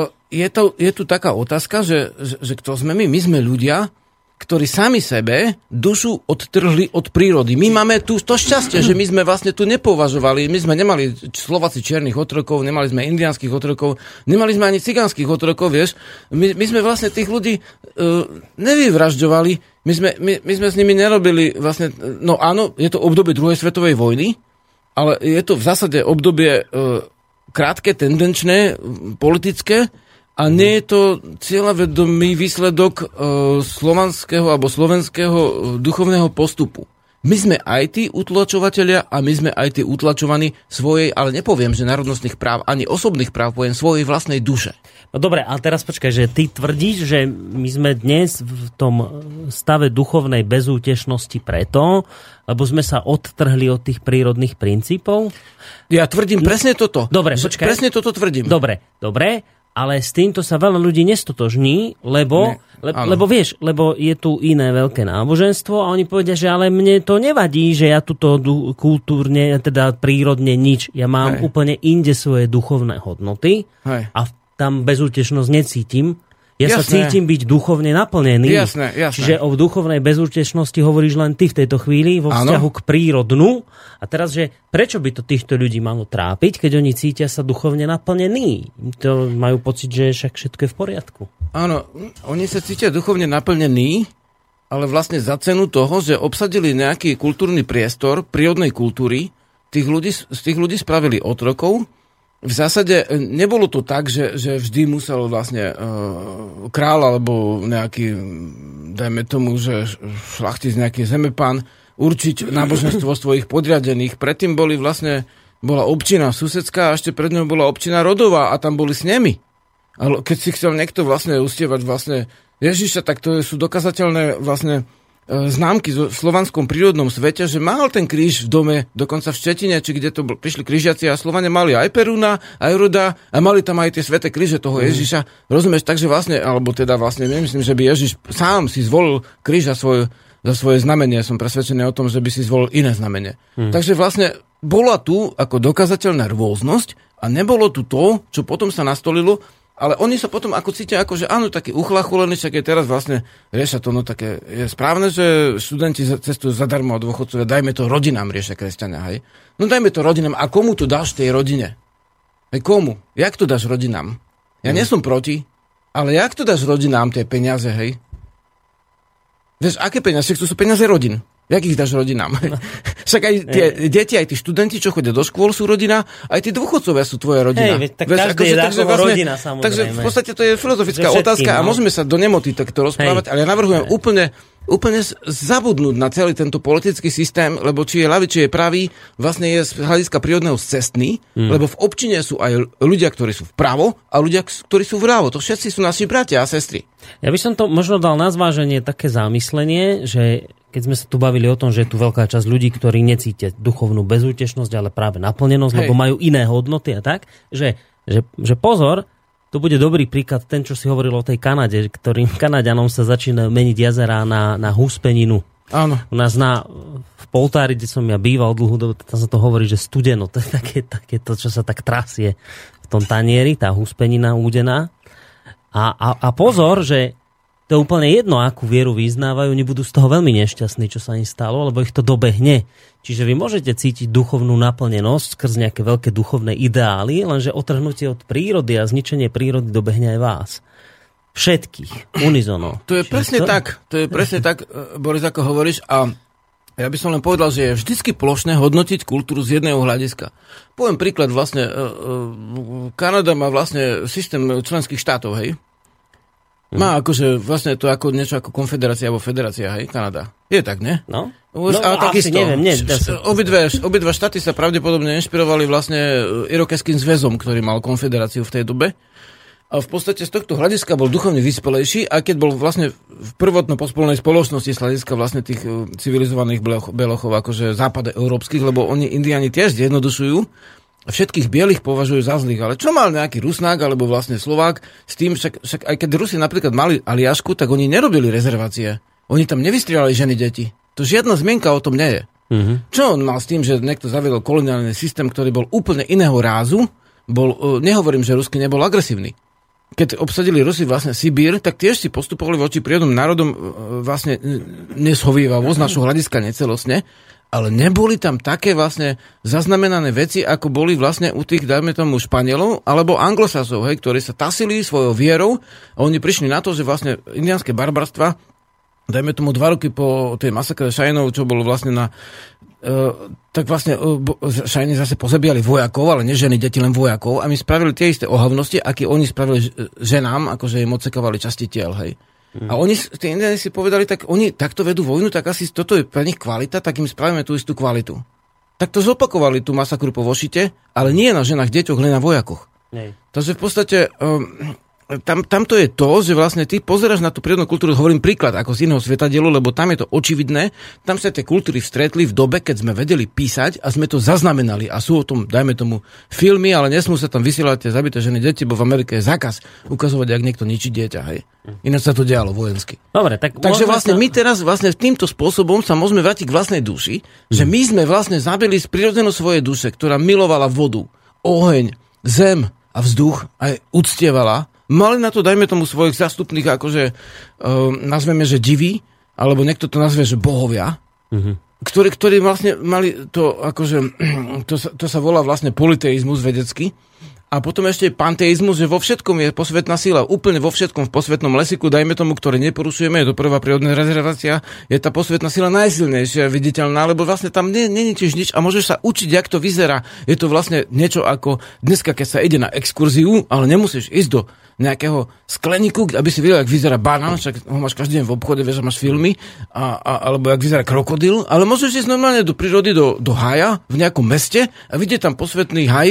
je tu taká otázka, že kto sme my? My sme ľudia, ktorí sami sebe dušu odtrhli od prírody. My máme tu to šťastie, že my sme vlastne tu nepovažovali, my sme nemali Slováci čiernych otrokov, nemali sme indiánskych otrokov, nemali sme ani cigánskych otrokov, vieš. My sme vlastne tých ľudí nevyvražďovali, my sme s nimi nerobili vlastne, no áno, je to obdobie druhej svetovej vojny, ale je to v zásade obdobie krátke, tendenčné, politické, a nie je to cieľavedomý výsledok slovanského alebo slovenského duchovného postupu. My sme aj tí utlačovatelia a my sme aj tí utlačovaní svojej, ale nepoviem, že národnostných práv, ani osobných práv, poviem svojej vlastnej duše. No dobre, ale teraz počkaj, že ty tvrdíš, že my sme dnes v tom stave duchovnej bezútešnosti preto, lebo sme sa odtrhli od tých prírodných princípov? Ja tvrdím presne toto. Dobre, počkaj. Presne toto tvrdím. Dobre. Ale s týmto sa veľa ľudí nestotožní, lebo vieš, lebo je tu iné veľké náboženstvo a oni povedia, že ale mne to nevadí, že ja tuto kultúrne, teda prírodne nič. Ja mám úplne inde svoje duchovné hodnoty a tam bezútešnosť necítim. Ja sa cítim byť duchovne naplnený. Jasné. Čiže o duchovnej bezútešnosti hovoríš len ty v tejto chvíli vo vzťahu k prírodnú. A teraz, že prečo by to týchto ľudí malo trápiť, keď oni cítia sa duchovne naplnení? To majú pocit, že však všetko je v poriadku. Áno, oni sa cítia duchovne naplnení, ale vlastne za cenu toho, že obsadili nejaký kultúrny priestor prírodnej kultúry, z tých ľudí spravili otrokov. V zásade nebolo to tak, že vždy musel vlastne kráľ alebo nejaký, dajme tomu, že šlachtic, nejaký zemepán určiť náboženstvo svojich podriadených. Predtým bola občina susedská a ešte pred ňou bola občina rodová a tam boli s nimi. Ale keď si chcel niekto vlastne ustievať vlastne Ježiša, tak to sú dokazateľné vlastne známky v slovanskom prírodnom svete, že mal ten kríž v dome, dokonca v Štetine, či kde to prišli krížiaci a Slovania mali aj Perúna, aj Roda a mali tam aj tie sväté kríže toho Ježiša. Rozumieš, takže vlastne, alebo teda vlastne nemyslím, že by Ježiš sám si zvolil kríž za svoje znamenie. Som presvedčený o tom, že by si zvolil iné znamenie. Takže vlastne bola tu ako dokázateľná rôznosť a nebolo tu to, čo potom sa nastolilo. Ale oni sa potom ako cítia, ako že áno, taký uchlachulení, však je teraz vlastne riešia to, no také je správne, že študenti cestujú zadarmo a dôchodcovia, dajme to rodinám, riešia kresťania, hej. No dajme to rodinám, a komu to dáš tej rodine? Hej, komu? Jak to dáš rodinám? Ja nie som proti, ale jak to dáš rodinám tie peniaze, hej? Vieš, aké peniaze? To sú peniaze rodín. Jak ich dáš rodinám? No. Však aj tie deti, aj tí študenti, čo chodia do škôl, sú rodina, aj tí dôchodcovia sú tvoja rodina. Tak každý je dákovo rodina, samozrejme. Takže v podstate to je filozofická otázka a môžeme sa do nemoty takto rozprávať, ale ja navrhujem úplne zabudnúť na celý tento politický systém, lebo či je ľavý, či je pravý, vlastne je z hľadiska prírodného scestný, lebo v občine sú aj ľudia, ktorí sú vpravo a ľudia, ktorí sú vľavo. To všetci sú naši bratia a sestry. Ja by som to možno dal na zváženie také zamyslenie, že keď sme sa tu bavili o tom, že je tu veľká časť ľudí, ktorí necítia duchovnú bezútešnosť, ale práve naplnenosť, lebo majú iné hodnoty a tak, že pozor, to bude dobrý príklad, ten, čo si hovoril o tej Kanade, ktorým Kanaďanom sa začínajú meniť jazerá na húspeninu. Áno. U nás v Poltári, kde som ja býval dlhú dobu, tam sa to hovorí, že studeno, to je také to, čo sa tak trasie v tom tanieri, tá húspenina údená. A pozor, že to je úplne jedno, akú vieru vyznávajú, oni budú z toho veľmi nešťastní, čo sa im stalo, lebo ich to dobehne. Čiže vy môžete cítiť duchovnú naplnenosť skrz nejaké veľké duchovné ideály, lenže otrhnutie od prírody a zničenie prírody dobehne aj vás. Všetkých, unizono. To je presne tak, Boris, ako hovoríš, a ja by som len povedal, že je vždycky plošné hodnotiť kultúru z jedného hľadiska. Poviem príklad, vlastne Kanada má vlastne systém členských štátov, hej? Má akože vlastne to ako niečo ako konfederácia alebo federácia, hej, Kanada. Je tak, ne? No. USA takisto. Neviem, obidva štáty sa pravdepodobne inšpirovali vlastne Irokeským zväzom, ktorý mal konfederáciu v tej dobe. A v podstate z tohto hľadiska bol duchovne vyspelejší, a keď bol vlastne v prvotno pospolnej spoločnosti z hľadiska vlastne tých civilizovaných belochov, akože západe európskych, lebo oni Indiáni tiež zjednodušujú. Všetkých bielých považujú za zlých, ale čo mal nejaký Rusnák alebo vlastne Slovák s tým, však aj keď Rusi napríklad mali Aliašku, tak oni nerobili rezervácie. Oni tam nevystrielali ženy, deti. To žiadna zmienka o tom nie je. Čo on mal s tým, že niekto zaviedol koloniálny systém, ktorý bol úplne iného rázu? Nehovorím, že Rusky nebol agresívny. Keď obsadili Rusi vlastne Sibír, tak tiež si postupovali voči prírodným národom vlastne neshovievavo z našho hľadiska necelostne, ale neboli tam také vlastne zaznamenané veci, ako boli vlastne u tých, dajme tomu, Španielov alebo Anglosasov, hej, ktorí sa tasili svojou vierou a oni prišli na to, že vlastne indiánske barbarstva, dajme tomu 2 roky po tej masakre Šajnov, čo bolo vlastne tak vlastne Šajni zase pozabíjali vojakov, ale nie ženy, deti, len vojakov, a my spravili tie isté ohavnosti, aké oni spravili ženám, akože im odsekávali časti tiel, hej. A oni, tí Indiáni si povedali, tak oni takto vedú vojnu, tak asi toto je pre nich kvalita, tak im spravíme tú istú kvalitu. Tak to zopakovali tú masakru po Vošite, ale nie na ženách, deťoch, len na vojakoch. Takže v podstate tam to je to, že vlastne ty pozeráš na tú prírodnú kultúru, hovorím príklad ako z iného svetadielu, lebo tam je to očividné, tam sa tie kultúry vstretli v dobe, keď sme vedeli písať a sme to zaznamenali a sú o tom, dajme tomu, filmy, ale nesmú sa tam vysielať tie zabité ženy, deti, bo v Amerike je zákaz ukazovať, ak niekto ničí dieťa, hej. Ináč sa to dialo vojensky. Dobre, takže vlastne my teraz vlastne týmto spôsobom sa môžeme vrátiť k vlastnej duši, že my sme vlastne zabili z prirodzenou svojej duše, ktorá milovala vodu, oheň, zem a vzduch, aj uctievala. Mali na to, dajme tomu, svojich zástupných, akože nazveme, že diví, alebo niekto to nazve, že bohovia, ktorí vlastne mali to, akože, to sa volá vlastne politeizmus vedecky, a potom ešte panteizmus, že vo všetkom je posvetná sila, úplne vo všetkom, v posvetnom lesiku, dajme tomu, ktoré neporušujeme, je to prvá prírodná rezervácia, je tá posvetná sila najsilnejšia, viditeľná, lebo vlastne tam neničíš nič a môžeš sa učiť, jak to vyzerá. Je to vlastne niečo ako dneska, keď sa ide na exkurziu, ale nemusíš ísť do nejakého skleníku, aby si videl, jak vyzerá banán, však ho máš každý deň v obchode, vieš, máš filmy, alebo jak vyzerá krokodil, ale môžeš ísť normálne do prírody, do hája, v nejakom meste a vidieť tam posvetný hajík,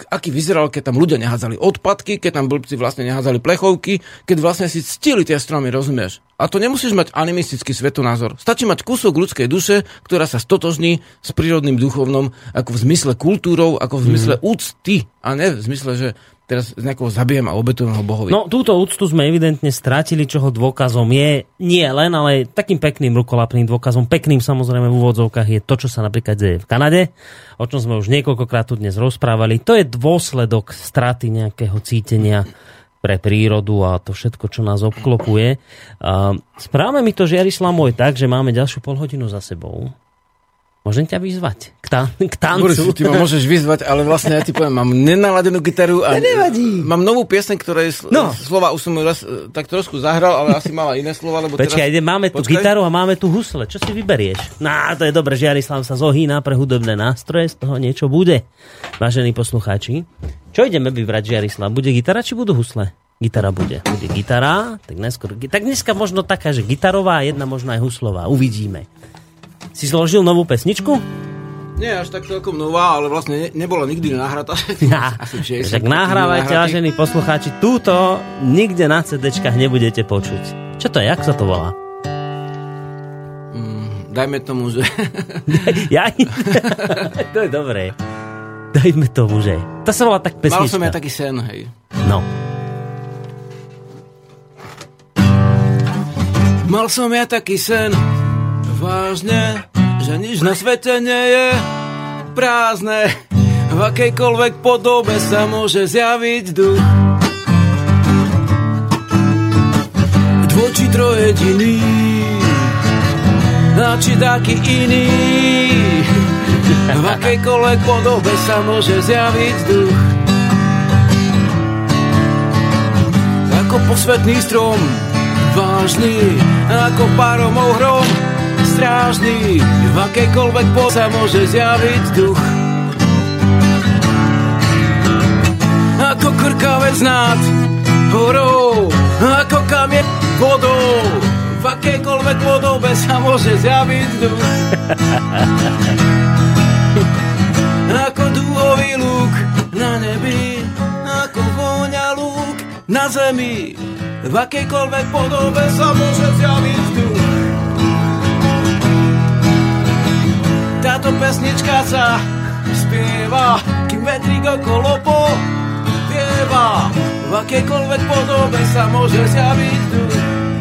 aký vyzeral, keď tam ľudia nehádzali odpadky, keď tam blbci vlastne nehádzali plechovky, keď vlastne si ctili tie stromy, rozumieš? A to nemusíš mať animistický svetonázor. Stačí mať kúsok ľudskej duše, ktorá sa stotožní s prírodným duchovnom, ako v zmysle kultúrou, ako v zmysle úcty, a ne v zmysle, že teraz nejakého zabijem a obetujem ho Bohovi. No, túto úctu sme evidentne strátili, čoho dôkazom je nie len, ale takým pekným rukolapným dôkazom, pekným samozrejme v úvodzovkách je to, čo sa napríklad deje v Kanade, o čom sme už niekoľkokrát tu dnes rozprávali. To je dôsledok straty nejakého cítenia pre prírodu a to všetko, čo nás obklopuje. Správame mi to, Žiarislav môj, tak, že máme ďalšiu polhodinu za sebou. Môžem ťa vyzvať k tancu? Boris, ty ma môžeš vyzvať, ale vlastne ja ti poviem, mám nenaladenú gitaru a mám novú pieseň, ktorej slova už som ju raz tak trošku zahral, ale asi mala iné slova. Počkaj, máme tu gitaru a máme tu husle. Čo si vyberieš? No, to je dobre, Žiarislav sa zohýna pre hudobné nástroje, z toho niečo bude. Vážení poslucháči, čo ideme vybrať, Žiarislav? Bude gitara, či budú husle? Gitara bude. Bude gitara, tak dneska možno taká, že gitarová a jedna možno aj huslová. Uvidíme. Si zložil novú pesničku? Nie, až tak celkom nová, ale vlastne nebola nikdy nahratá. Tak nahrávajte, vážení poslucháči, túto nikde na CD-čkách nebudete počuť. Čo to je? Jak sa to volá? Dajme tomu, že... To je dobré. Dajme tomu, že... To sa volá tak pesnička. Mal som ja taký sen, hej. No. Mal som ja taký sen, vážne, že nič na svete nie je prázdne. V akejkoľvek podobe sa môže zjaviť duch. Dvo či trojediný, a či taký iný. V akejkoľvek podobe sa môže zjaviť duch. Ako posvetný strom, vážny, ako paromov hrom, strážny, v akejkoľvek poza môže zjaviť duch. Ako krkavec nad horou, ako kamien vodou, v akejkoľvek podobe sa môže zjaviť duch. Ako dúhový lúk na nebi, ako vôňa lúk na zemi, v akejkoľvek podobe sa môže zjaviť duch. Táto pesnička sa spieva, kým vetrík okolo povieva. V akejkoľvek podobe sa môže zjaviť duch.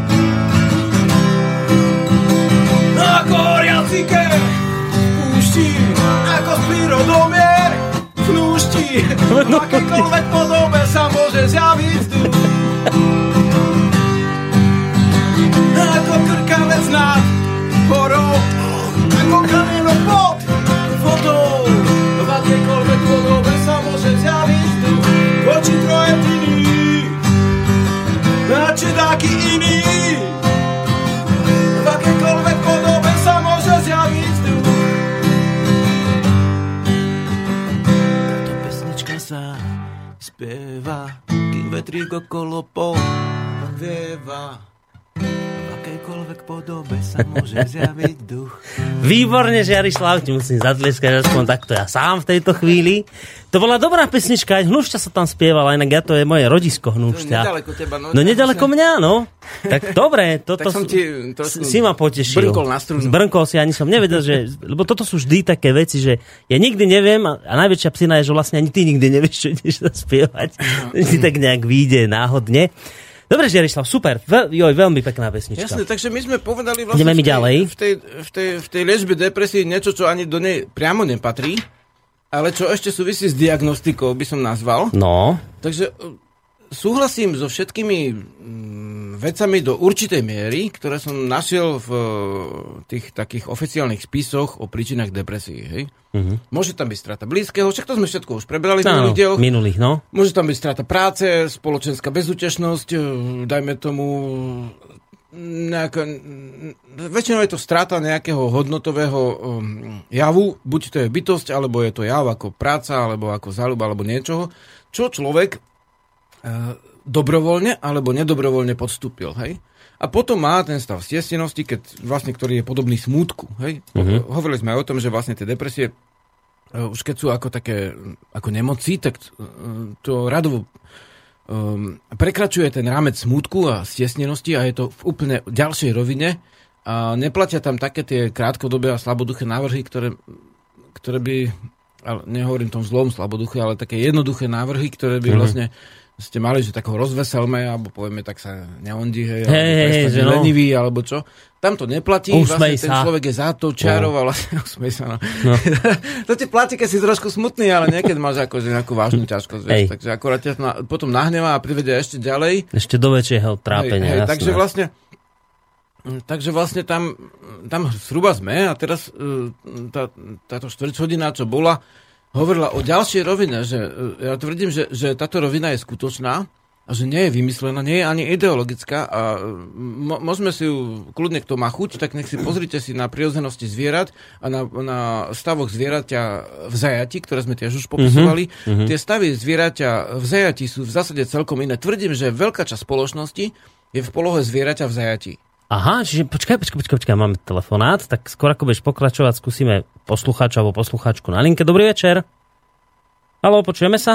Ako horiaci keľ púšti, ako s prírodou mier vnúšti. V akejkoľvek podobe sa môže zjaviť duch. Ako krkavec nad horou, ako kamienok pod vodou, v akejkoľvek podobe sa môže zjaviť duch. Oči trojetiny, a či taký iný, v akejkoľvek podobe sa môže zjaviť duch. Táto pesnička sa spieva, kým vetrík okolo povieva. V akejkoľvek podobe sa môže zjaviť duch. Výborne, Žiarislav, ti musím zatlieskať aspoň takto ja sám v tejto chvíli. To bola dobrá pesnička, aj Hnúšťa sa tam spievala, inak ja to je moje rodisko Hnúšťa. To je nedaleko teba, no. No nedaleko mňa, no. Tak dobre, toto tak som ti si ma potešil. Brnkol na strunu. Brnkol si, ani som nevedel, že... Lebo toto sú vždy také veci, že ja nikdy neviem a najväčšia psina je, že vlastne ani ty nikdy nevieš, čo ideš zaspievať. Si tak nejak vyjde náhodne. Dobre, Žiarislav, super. Veľmi pekná pesnička. Jasne, takže my sme povedali vlastne ideme mi ďalej. V tej liečbe depresie niečo, čo ani do nej priamo nepatrí, ale čo ešte súvisí s diagnostikou, by som nazval. No. Takže súhlasím so všetkými vecami do určitej miery, ktoré som našiel v tých takých oficiálnych spisoch o príčinách depresie. Hej? Uh-huh. Môže tam byť strata blízkeho, však to sme všetko už prebrali v minulých, no. Môže tam byť strata práce, spoločenská bezútešnosť, dajme tomu väčšinou je to strata nejakého hodnotového javu, buď to je bytosť, alebo je to jav ako práca, alebo ako záľuba, alebo niečoho, čo človek dobrovoľne alebo nedobrovoľne podstúpil, hej? A potom má ten stav stiesnenosti, ktorý je podobný smútku, hej? Uh-huh. Hovorili sme aj o tom, že vlastne tie depresie už keď sú ako také, ako nemoci, tak to radovo prekračuje ten rámec smútku a stiesnenosti a je to v úplne ďalšej rovine a neplatia tam také tie krátkodobé a slaboduché návrhy, ktoré by, ale nehovorím tom zlom slaboduché, ale také jednoduché návrhy, ktoré by vlastne ste mali, že tak ho rozveselme, alebo povieme, tak sa neondí, alebo lenivý, alebo čo. Tam to neplatí, vlastne ten človek je za to čarov a vlastne usmej sa. No. To ti platí, keď si trošku smutný, ale niekedy máš akože nejakú vážnu ťažkosť, vieš. Takže akorát ťa potom nahnevá a privedia ešte ďalej. Ešte do väčšieho trápenia, jasné. Takže vlastne tam zhruba sme a teraz táto štvrťhodina, čo bola, hovorila o ďalšej rovine, že ja tvrdím, že táto rovina je skutočná a že nie je vymyslená, nie je ani ideologická a môžeme si ju, kľudne kto má chuť, tak nech si pozrite si na prirodzenosti zvierat a na stavoch zvieraťa v zajati, ktoré sme tiež už popisovali. Tie stavy zvieraťa v zajati sú v zásade celkom iné. Tvrdím, že veľká časť spoločnosti je v polohe zvieraťa v zajati. Aha, čiže počkaj, máme telefonát, tak skôr ako budeš pokračovať, skúsime poslucháča alebo poslucháčku na linke. Dobrý večer. Haló, počujeme sa?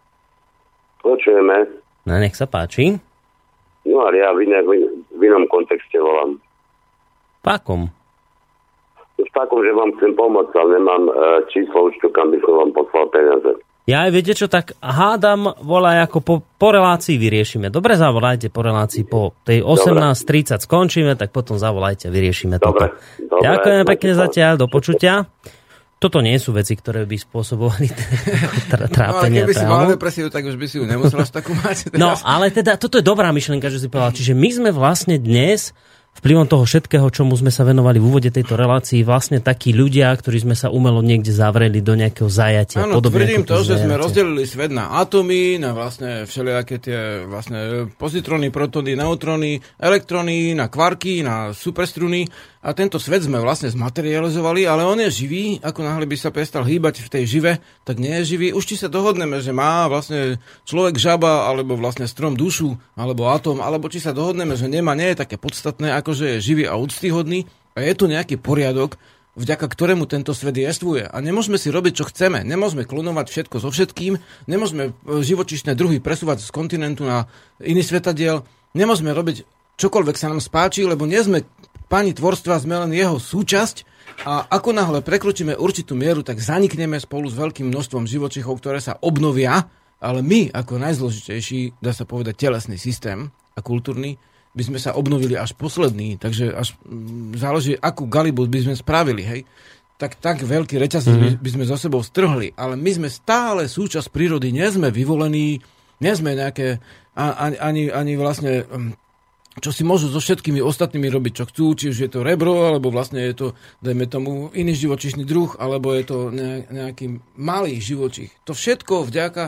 Počujeme. No, nech sa páči. No, ale ja v inom kontexte volám. Pákom? V takom, že vám chcem pomôcť, ale nemám číslo účtu, kam by som vám poslal peniaze. Ja aj viete čo, tak hádam, volaj ako po relácii vyriešime. Dobre, zavolajte po relácii, po tej 18:30 skončíme, tak potom zavolajte, vyriešime toto. Dobre, ďakujem pekne zatiaľ, do počutia. Toto nie sú veci, ktoré by spôsobovali trápenie. No, keby si mal depresiu, tak už by si ju nemusel až takú mať. No, ale teda, toto je dobrá myšlienka, že si povedal. Čiže my sme vlastne dnes vplyvom toho všetkého, čomu sme sa venovali v úvode tejto relácii, vlastne takí ľudia, ktorí sme sa umelo niekde zavreli do nejakého zajatia. Áno, tvrdím to, že sme rozdelili svet na atómy, na vlastne všelijaké tie vlastne pozitróny, protóny, neutróny, elektróny, na kvarky, na superstruny. A tento svet sme vlastne zmaterializovali, ale on je živý, ako náhle by sa prestal hýbať v tej žive, tak nie je živý. Už či sa dohodneme, že má vlastne človek žaba, alebo vlastne strom dušu, alebo atóm, alebo či sa dohodneme, že nemá, nie je také podstatné, ako že je živý a úctyhodný a je tu nejaký poriadok, vďaka ktorému tento svet jestvuje. A nemôžeme si robiť, čo chceme. Nemôžeme klonovať všetko so všetkým, nemôžeme živočíšne druhy presúvať z kontinentu na iný svetadiel, nemôžeme robiť čokoľvek sa nám spáči, lebo nie sme páni tvorstva, sme len jeho súčasť a ako náhle prekročíme určitú mieru, tak zanikneme spolu s veľkým množstvom živočíchov, ktoré sa obnovia, ale my, ako najzložitejší, dá sa povedať, telesný systém a kultúrny, by sme sa obnovili až posledný, takže až záleží, akú galibu by sme spravili, hej. Tak veľký reťazec by sme zo sebou strhli, ale my sme stále súčasť prírody, nie sme vyvolení, nie sme nejaké, ani vlastne čo si môžu so všetkými ostatnými robiť, čo chcú, či už je to rebro, alebo vlastne je to, dajme tomu, iný živočíšny druh, alebo je to nejaký malý živočích. To všetko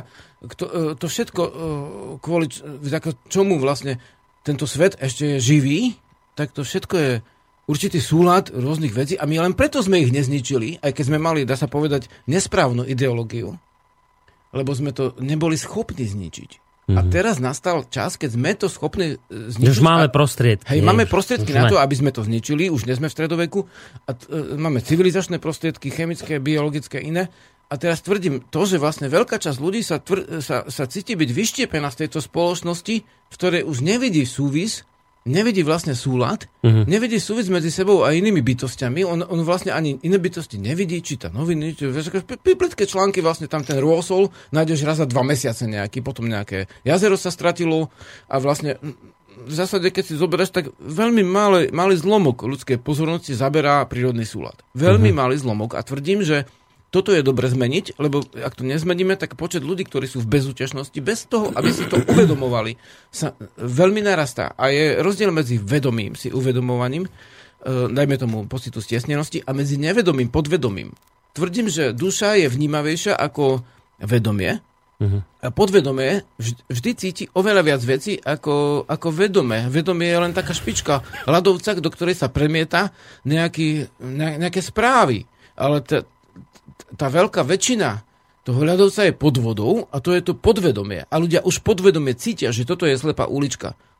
kvôli vďaka čomu vlastne tento svet ešte je živý, tak to všetko je určitý súlad rôznych vecí a my len preto sme ich nezničili, aj keď sme mali, dá sa povedať, nesprávnu ideológiu, lebo sme to neboli schopní zničiť. A teraz nastal čas, keď sme to schopní zničiť. Už máme prostriedky. Hej, máme prostriedky na to, aby sme to zničili. Už nie sme v stredoveku. A máme civilizačné prostriedky, chemické, biologické, iné. A teraz tvrdím to, že vlastne veľká časť ľudí sa cíti byť vyštiepená z tejto spoločnosti, v ktorej už nevidí súvis, nevidí vlastne súlad, nevidí súvis medzi sebou a inými bytostiami. On vlastne ani iné bytosti nevidí, číta noviny, plitké články, vlastne tam ten rôsol nájdeš raz za 2 mesiace nejaký, potom nejaké jazero sa stratilo a vlastne v zásade, keď si zoberieš, tak veľmi malý zlomok ľudskej pozornosti zaberá prírodný súlad. Veľmi malý zlomok a tvrdím, že toto je dobre zmeniť, lebo ak to nezmeníme, tak počet ľudí, ktorí sú v bezútešnosti, bez toho, aby si to uvedomovali, sa veľmi narastá. A je rozdiel medzi vedomým si uvedomovaním, dajme tomu pocitu stiesnenosti, a medzi nevedomým, podvedomým. Tvrdím, že duša je vnímavejšia ako vedomie a podvedomie vždy cíti oveľa viac vecí ako vedomé. Vedomie je len taká špička ľadovca, do ktorej sa premieta nejaké správy. Ale tá veľká väčšina toho ľadovca je pod vodou a to je to podvedomie. A ľudia už podvedomie cítia, že toto je slepá ulička.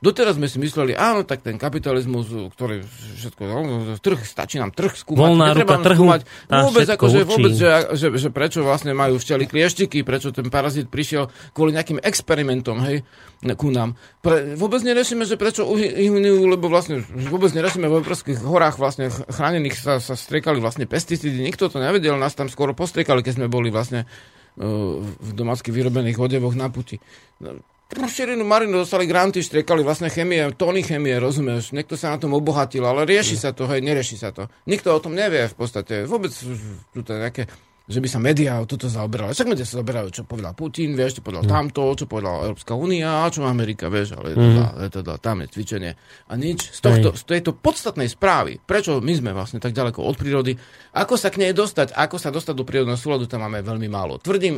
Doteraz sme si mysleli, áno, tak ten kapitalizmus, ktorý všetko, trh, stačí nám trh skúmať. Voľná ruka trhu. Vôbec, akože vôbec, že prečo vlastne majú včeli klieštiky, prečo ten parazit prišiel kvôli nejakým experimentom, hej, ku nám. Vôbec neriešime, že prečo uhynujú, lebo vlastne vôbec neriešime, v obrovských horách vlastne chránených sa striekali vlastne pesticídy. Nikto to nevedel, nás tam skoro postriekali, keď sme boli vlastne v domácky vyrobených odevoch na puti. Širinu Marinu dostali granty, striekali vlastne chemie, tóny chemie, rozumieš? Niekto sa na tom obohatil, ale rieši sa to, hej, nerieši sa to. Nikto o tom nevie v podstate. Vôbec tu nejaké, že by sa médiá o toto zaoberali. Však médiá sa zaoberajú, čo povedal Putin, vieš, čo povedal tamto, čo povedala Európska únia, čo Amerika, vieš, ale tam je cvičenie. A nič z tejto podstatnej správy, prečo my sme vlastne tak ďaleko od prírody, ako sa k nej dostať, ako sa dostať do prírodného súladu, tam máme veľmi málo.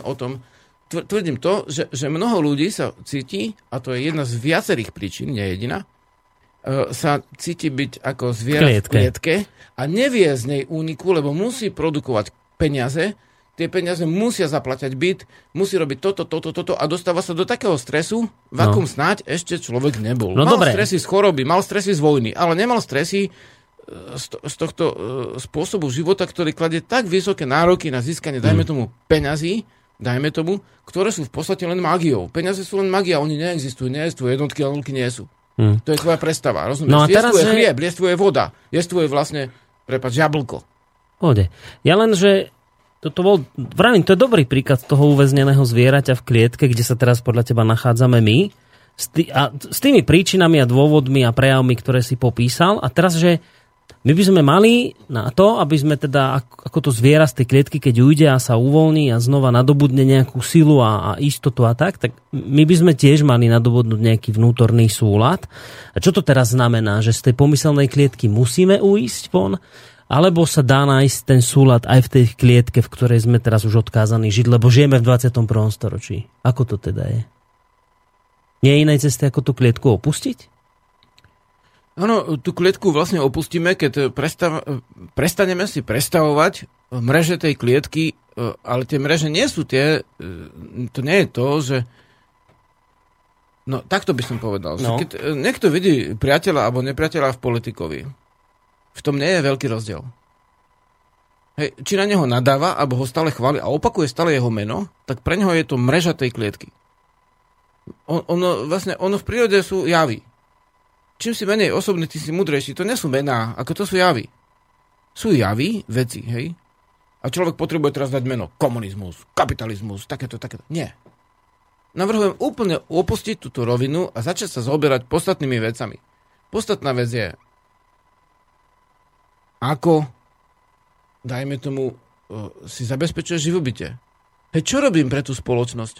Tvrdím to, že mnoho ľudí sa cíti, a to je jedna z viacerých príčin, nie jediná, sa cíti byť ako zviera v klietke a nevie z nej úniku, lebo musí produkovať peniaze, tie peniaze musia zaplatiť byt, musí robiť toto a dostáva sa do takého stresu, v akom snáď ešte človek nebol. Mal stresy z choroby, mal stresy z vojny, ale nemal stresy z tohto spôsobu života, ktorý kladie tak vysoké nároky na získanie, dajme tomu, peňazí, ktoré sú v podstate len mágiou. Peniaze sú len mágia, oni neexistujú, jednotky a nulky nie sú. To je tvoja predstava, rozumieš? No jestvuje chlieb, jestvuje voda, jestvuje vlastne, jablko. Ode. Ja len, že to je dobrý príklad toho uväzneného zvieraťa v klietke, kde sa teraz podľa teba nachádzame my, s tými príčinami a dôvodmi a prejavmi, ktoré si popísal, a teraz, že my by sme mali na to, aby sme teda, ako to zviera z tej klietky, keď ujde a sa uvoľní a znova nadobudne nejakú silu a istotu a tak my by sme tiež mali nadobudnúť nejaký vnútorný súlad. A čo to teraz znamená? Že z tej pomyselnej klietky musíme uísť von? Alebo sa dá nájsť ten súlad aj v tej klietke, v ktorej sme teraz už odkázaní žiť, lebo žijeme v 21. storočí? Ako to teda je? Nie je inej cesty, ako tú klietku opustiť? Áno, tú klietku vlastne opustíme, keď prestaneme si predstavovať mreže tej klietky, ale tie mreže nie sú tie, to nie je to, že no, takto by som povedal, že keď niekto vidí priateľa alebo nepriateľa v politikovi, v tom nie je veľký rozdiel. Hej, či na neho nadáva, alebo ho stále chváli a opakuje stále jeho meno, tak pre neho je to mreža tej klietky. Ono v prírode sú javy. Čím si menej osobný, ty si múdrejší. To nie sú mená, ako to sú javy. Sú javy, veci, hej? A človek potrebuje teraz dať meno komunizmus, kapitalizmus, takéto. Nie. Navrhujem úplne opustiť túto rovinu a začať sa zaoberať podstatnými vecami. Podstatná vec je, ako, dajme tomu, si zabezpečuje živobytie. Hej, čo robím pre tú spoločnosť?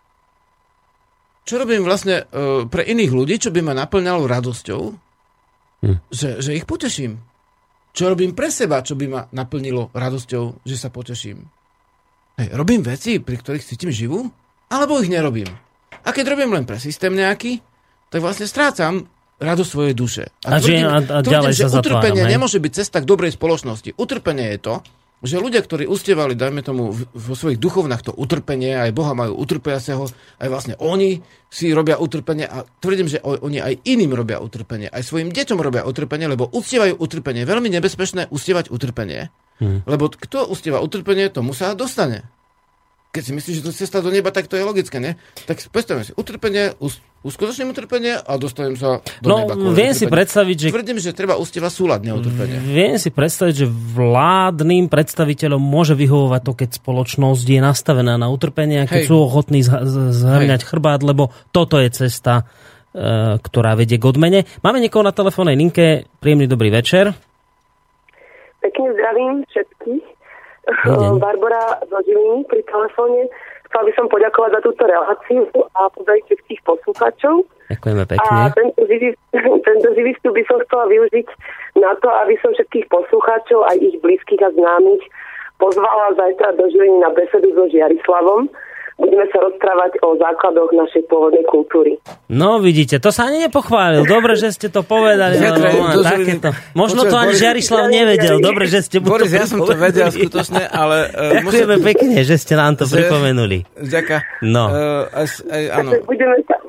Čo robím vlastne pre iných ľudí, čo by ma naplňalo radosťou, že ich poteším. Čo robím pre seba, čo by ma naplnilo radosťou, že sa poteším. Hej, robím veci, pri ktorých cítim živú, alebo ich nerobím. A keď robím len pre systém nejaký, tak vlastne strácam radosť svojej duše. A tvrdím, že utrpenie nemôže byť cesta k dobrej spoločnosti. Utrpenie je to, že ľudia, ktorí ustievali, dajme tomu, vo svojich duchovnách to utrpenie, aj Boha majú utrpiaceho, aj vlastne oni si robia utrpenie a tvrdím, že oni aj iným robia utrpenie, aj svojim deťom robia utrpenie, lebo uctievajú utrpenie. Veľmi nebezpečné uctievať utrpenie, lebo kto uctieva utrpenie, tomu sa dostane. Keď si myslíš, že to je cesta do neba, tak to je logické, ne? Tak predstavme si, utrpenie, uskutočním utrpenie a dostanem sa do neba. No, viem si predstaviť, že... Tvrdím, že treba uctievať súlad, neutrpenie. Viem si predstaviť, že vládnym predstaviteľom môže vyhovovať to, keď spoločnosť je nastavená na utrpenie a keď sú ochotní zhrňať chrbát, lebo toto je cesta, ktorá vedie k odmene. Máme niekoho na telefónnej linke. Príjemný dobrý večer. Pekne zdravím všetkých. Barbara zo Žiliny pri telefóne. Chcela by som poďakovať za túto reláciu a pozdraviť všetkých poslucháčov. Ďakujeme pekne. A tento živý vstup by som chcela využiť na to, aby som všetkých poslucháčov, aj ich blízkych a známych, pozvala zajtra do Žiliny na besedu so Žiarislavom. Budeme sa rozprávať o základoch našej pôvodnej kultúry. No vidíte, to sa ani nepochválil. Dobre, že ste to povedali. Možno to ani Žiarislav nevedel. Dobre, že ste mu Boris, ja som to vedel skutočne, ale... Ďakujeme pekne, že ste nám to pripomenuli. Ďakujem. No. Budeme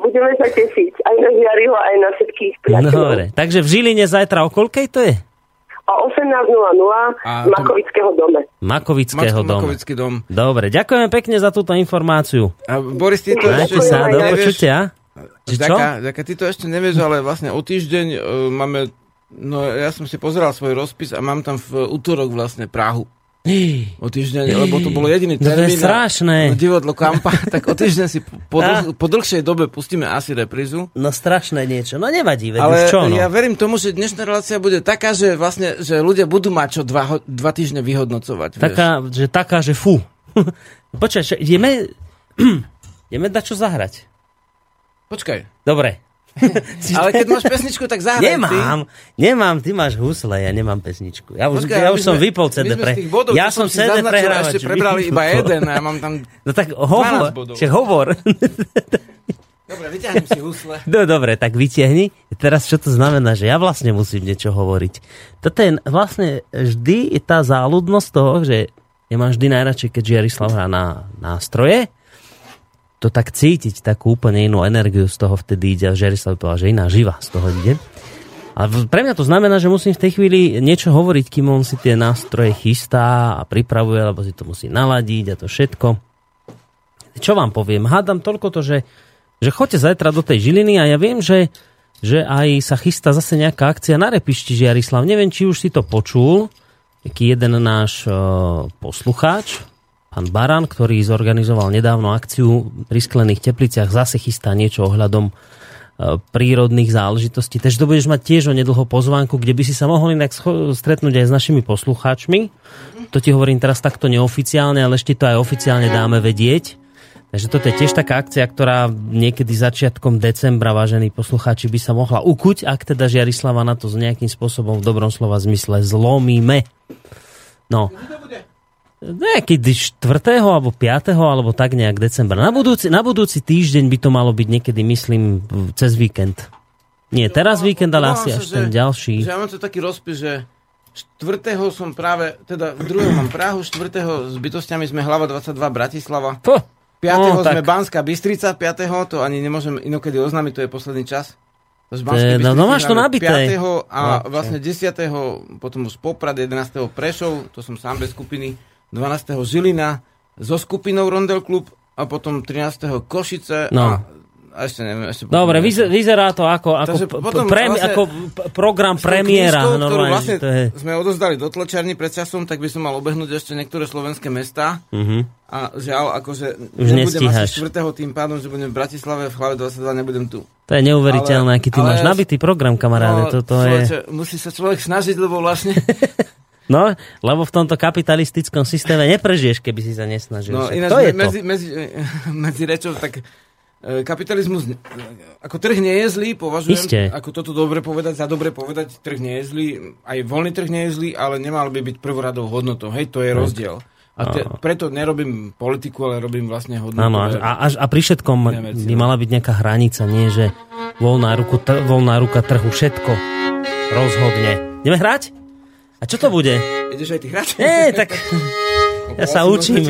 budeme sa tešiť aj na Žiariho, aj na všetkých priateľov. Dobre, takže v Žiline zajtra o koľkej to je? O 18:00 v Makovického dome. Makovický dom. Dobre, ďakujeme pekne za túto informáciu. A Boris, ty to Majte ešte sa, do nevieš. počutia. Ďaká, ty to ešte nevieš, ale vlastne o týždeň máme, no ja som si pozeral svoj rozpis a mám tam v útorok vlastne Prahu. O týždeň, lebo to bolo jediný termín. To je strašné. Na divadlo Kampa, tak o týždeň si po dlhšej dobe pustíme asi reprízu. No strašné niečo, no nevadí, veď ale už čo, no. ja verím tomu, že dnešná relácia bude taká, že vlastne, že ľudia budú mať čo 2 týždne vyhodnocovať. Taká, že fú. Počkaj, ideme dať čo zahrať. Počkaj. Dobre. Ale keď máš pesničku, tak zahraj Nemám, ty máš husle, ja nemám pesničku. Ja už som vypol CD prehrávač. Ja som CD prehrávač. Ešte prebrali iba jeden a ja mám tam no tak hovor. Dobre, vyťahnem si husle. No dobre, tak vytiahni. Teraz čo to znamená, že ja vlastne musím niečo hovoriť. Toto je vlastne vždy tá záľudnosť toho, že ja mám vždy najradšej, keď Žiarislav hrá na nástroje, to tak cítiť, takú úplne inú energiu z toho vtedy ide. Žiarislav povedal, že iná živa z toho ide. Ale pre mňa to znamená, že musím v tej chvíli niečo hovoriť, kým on si tie nástroje chystá a pripravuje, lebo si to musí naladiť a to všetko. Čo vám poviem? Hádam toľko to, že choďte zajtra do tej Žiliny a ja viem, že aj sa chystá zase nejaká akcia na Repišti Žiarislav. Neviem, či už si to počul, taký jeden náš poslucháč, pán Baran, ktorý zorganizoval nedávno akciu pri Sklených Tepliciach, zase chystá niečo ohľadom prírodných záležitostí. Takže to budeš mať tiež onedlho pozvánku, kde by si sa mohol inak stretnúť aj s našimi poslucháčmi. To ti hovorím teraz takto neoficiálne, ale ešte to aj oficiálne dáme vedieť. Takže toto je tiež taká akcia, ktorá niekedy začiatkom decembra, vážení poslucháči, by sa mohla ukuť, ak teda Žiarislava na to s nejakým spôsobom v dobrom slova zmysle zlomíme. No. Niekedy 4. alebo 5. alebo tak nejak decembra. Na budúci týždeň by to malo byť niekedy, myslím, cez víkend. Nie, teraz víkend, ale asi až ten ďalší. Že ja mám to taký rozpis, že 4. som práve, teda 2. mám Prahu, 4. s bytostiami sme Hlava 22 Bratislava. 5. sme Banská Bystrica, 5. to ani nemôžem inokedy oznámiť, to je posledný čas. No máš to nabité. 5. a vlastne 10. potom už Poprad, 11. Prešov, to som sám bez skupiny. 12. Žilina so skupinou Rondel Klub a potom 13. Košice a ešte neviem. Dobre, vyzerá to ako program premiéra. Ktorú vlastne sme odozdali do tlačiarny pred časom, tak by som mal obehnúť ešte niektoré slovenské mestá. A žiaľ, akože už nebudem nestíhaš. asi 4. tým pádom, že budem v Bratislave, v Hlave 22 nebudem tu. To je neuveriteľné, aký ty máš nabitý program, kamaráde. Musí sa človek snažiť, lebo vlastne... No, lebo v tomto kapitalistickom systéme neprežiješ, keby si sa nesnažil. No ináč medzi rečou, tak kapitalizmus, ako trh nie je zlý, považujem, Isté. Ako toto dobre povedať, za dobre povedať, trh nie je zlý, aj voľný trh nie je zlý, ale nemal by byť prvoradou hodnotou, hej, to je rozdiel. A preto nerobím politiku, ale robím vlastne hodnotu. Áno, a pri všetkom by mala byť nejaká hranica, nie, že voľná ruka trhu všetko rozhodne. Ideme hrať? A čo to bude? Ideš aj ty hrať? Nie, tak ja sa učím.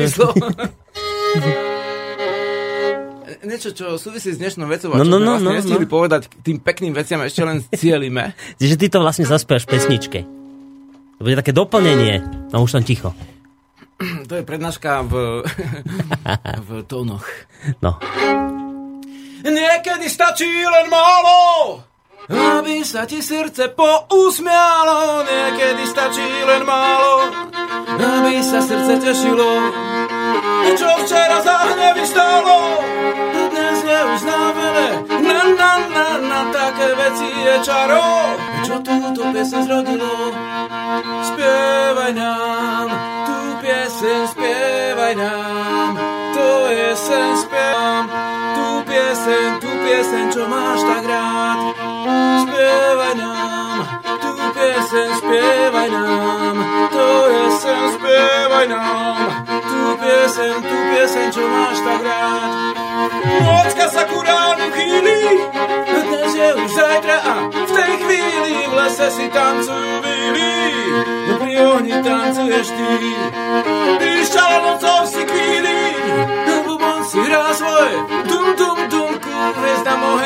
Niečo, čo súvisí s dnešnou vecou, a čo sme vlastne nestihli povedať tým pekným veciam, ešte len cielime. Čiže ty to vlastne zaspiaš v pesničke. To bude také doplnenie. No už som ticho. To je prednáška v tónoch. No. Niekedy stačí len málo, aby sa ti srdce pousmialo. Niekedy stačí len málo, aby sa srdce tešilo. Čo včera za hnevy stálo, dnes je už známené. Na také veci je čaro. Čo túto pieseň zrodilo? Spievaj nám tú pieseň, spievaj nám. To je sen, spievam tú pieseň, čo máš tak rád. Spievaj nám tú pieseň, spievaj nám. To je sen, spievaj nám tú pieseň, čo máš tak rád. Nocka sa ku ránu chýli, dnes je už zajtra a v tej chvíli v lese si tancujú víly. No pri ohni tancuješ ty, píšťala nocou si kvíli, bubon si hrá svoje, dum, dumku, hviezda moja.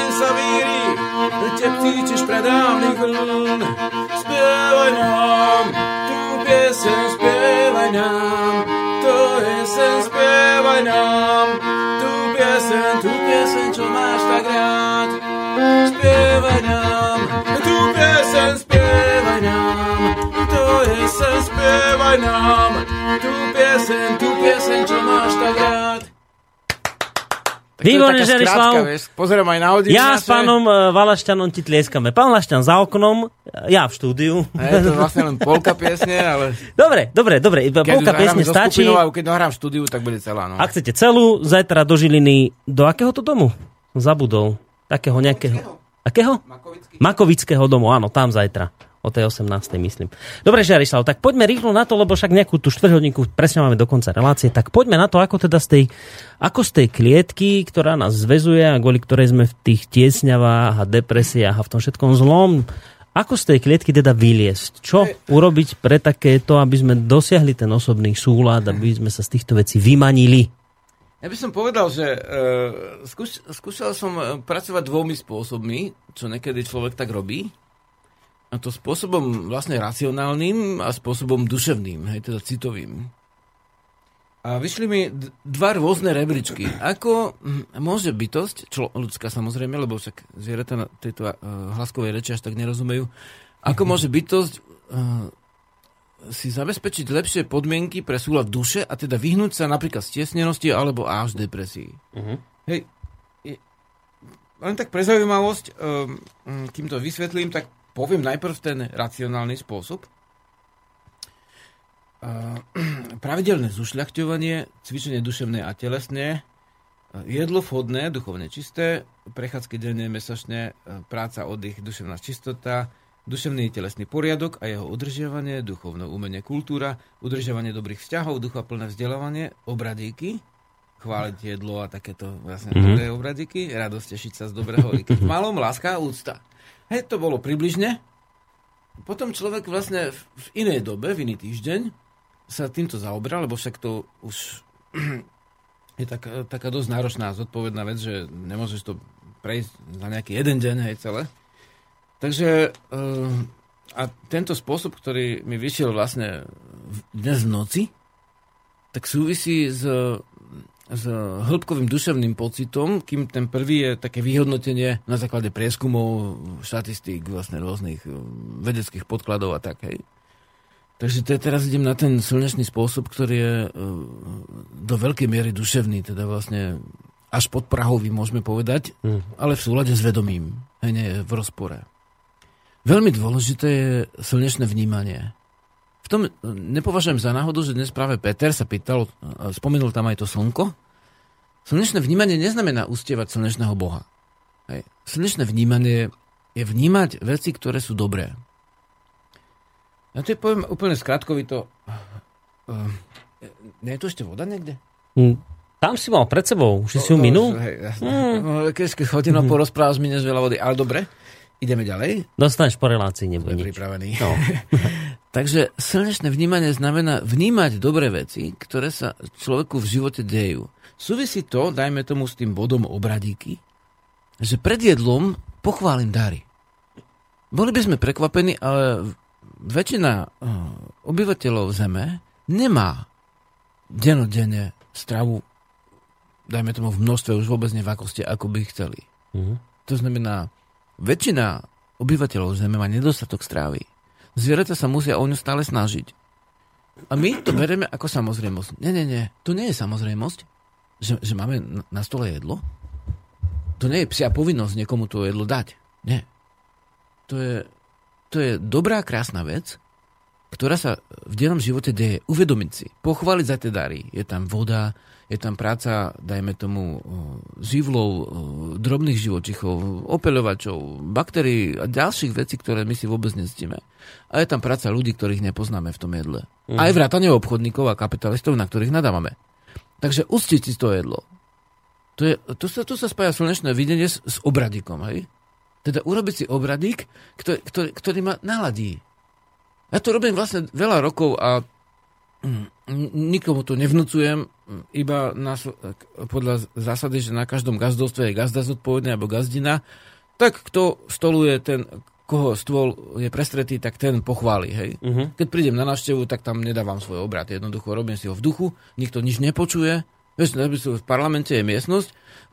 pradávnych vln. Spievaj nám tú pieseň, spievaj nám, to je sen, spievaj nám tú pieseň, čo máš tak rád. Spievaj nám tú pieseň, spievaj nám, to je sen, spievaj nám tú pieseň, čo máš tak rád. Výborne, Žiarislav. Pozerám aj na hodinu. Ja s pánom Valašťanom ti tlieskame. Pán Valašťan za oknom, ja v štúdiu. Je to vlastne len polka piesne, ale... Dobre. Polka piesne stačí. Keď nahrám v štúdiu, tak bude celá. No. Ak chcete celú, zajtra do Žiliny. Do akého to domu? Zabudol. Takého nejakého... Akého? Makovického domu, áno, tam zajtra. O tej 18. myslím. Dobre, Žiarislav, tak poďme rýchlo na to, lebo však nejakú tú štvrťhodinku presne máme do konca relácie. Tak poďme na to, ako teda z tej klietky, ktorá nás zväzuje a kvôli ktorej sme v tých tiesňavách a depresiách a v tom všetkom zlom, ako z tej klietky teda vyliesť? Čo urobiť pre takéto, aby sme dosiahli ten osobný súlad, aby sme sa z týchto vecí vymanili? Ja by som povedal, že skúšal som pracovať dvomi spôsobmi, čo niekedy človek tak robí. A to spôsobom vlastne racionálnym a spôsobom duševným, hej, teda citovým. A vyšli mi dva rôzne rebríčky. Ako môže bytosť, ľudská samozrejme, lebo však zvieratá na tejto hlaskovej reči až tak nerozumejú, ako môže bytosť si zabezpečiť lepšie podmienky pre súlad duše a teda vyhnúť sa napríklad stiesnenosti alebo až depresii. Hej, len tak pre zaujímavosť, kým to vysvetlím, tak poviem najprv ten racionálny spôsob. Pravidelné zušľachťovanie, cvičenie duševné a telesné, jedlo vhodné, duchovne čisté, prechádzky denne, mesačne, práca, oddych, duševná čistota, duševný telesný poriadok a jeho udržiavanie, duchovné umenie, kultúra, udržiavanie dobrých vzťahov, duchoplné vzdelávanie, obradíky, chváliť jedlo a takéto vlastne dobré obradíky, radosť, tešiť sa z dobrého, i keď v malom, láska a úcta. Hej, to bolo približne. Potom človek vlastne v inej dobe, v iný týždeň, sa týmto zaoberal, lebo však to už je taká dosť náročná, zodpovedná vec, že nemôžeš to prejsť za nejaký jeden deň, hej, celé. Takže a tento spôsob, ktorý mi vyšiel vlastne dnes v noci, tak súvisí s hĺbkovým duševným pocitom, kým ten prvý je také vyhodnotenie na základe prieskumov, štatistík, vlastne rôznych vedeckých podkladov a tak, hej. Takže teraz idem na ten slnečný spôsob, ktorý je do veľkej miery duševný, teda vlastne až podprahový, môžeme povedať, ale v súlade s vedomím, hej, nie v rozpore. Veľmi dôležité je slnečné vnímanie. V tom nepovažujem za náhodu, že dnes práve Peter sa pýtal, spomenul tam aj to slnko. Slnečné vnímanie neznamená uctievať slnečného boha. Hej. Slnečné vnímanie je vnímať veci, ktoré sú dobré. Ja to poviem úplne skrátkovito. Nie je tu ešte voda niekde? Tam si mal pred sebou, už si ju minul? Keď hodinu porozprávaš, minieš veľa vody. Ale dobre, ideme ďalej. Dostaneš po relácii, nebude nič. Pripravený. No. Takže slnečné vnímanie znamená vnímať dobré veci, ktoré sa človeku v živote dejú. Súvisí to, dajme tomu s tým bodom obradíky, že pred jedlom pochválim dary. Boli by sme prekvapení, ale väčšina obyvateľov Zeme nemá dennodenne stravu, dajme tomu v množstve, už vôbec v akosti, ako by chceli. To znamená, väčšina obyvateľov Zeme má nedostatok strávy. Zvieratá sa musia o ňu stále snažiť. A my to bereme ako samozrejmosť. Nie. To nie je samozrejmosť, že máme na stole jedlo. To nie je psia povinnosť niekomu to jedlo dať. Nie. To je dobrá, krásna vec, ktorá sa v dennom živote deje. Uvedomiť si, pochváliť za tie dary. Je tam voda, je tam práca, dajme tomu, živlov, drobných živočichov, opeľovačov, baktérií a ďalších vecí, ktoré my si vôbec nectíme. A je tam práca ľudí, ktorých nepoznáme v tom jedle. Aj vrátane obchodníkov a kapitalistov, na ktorých nadávame. Takže uctiť si to jedlo. Tu sa spája slnečné videnie s obradíkom, hej? Teda urobiť si obradík, ktorý ma naladí. Ja to robím vlastne veľa rokov a nikomu to nevnúcujem, iba podľa zásady, že na každom gazdovstve je gazda zodpovedný alebo gazdina, tak kto stoluje, ten koho stôl je prestretý, tak ten pochváli, hej. Keď prídem na návštevu, tak tam nedávam svoj obrad. Jednoducho robím si ho v duchu, nikto nič nepočuje. Vieš, v parlamente je miestnosť,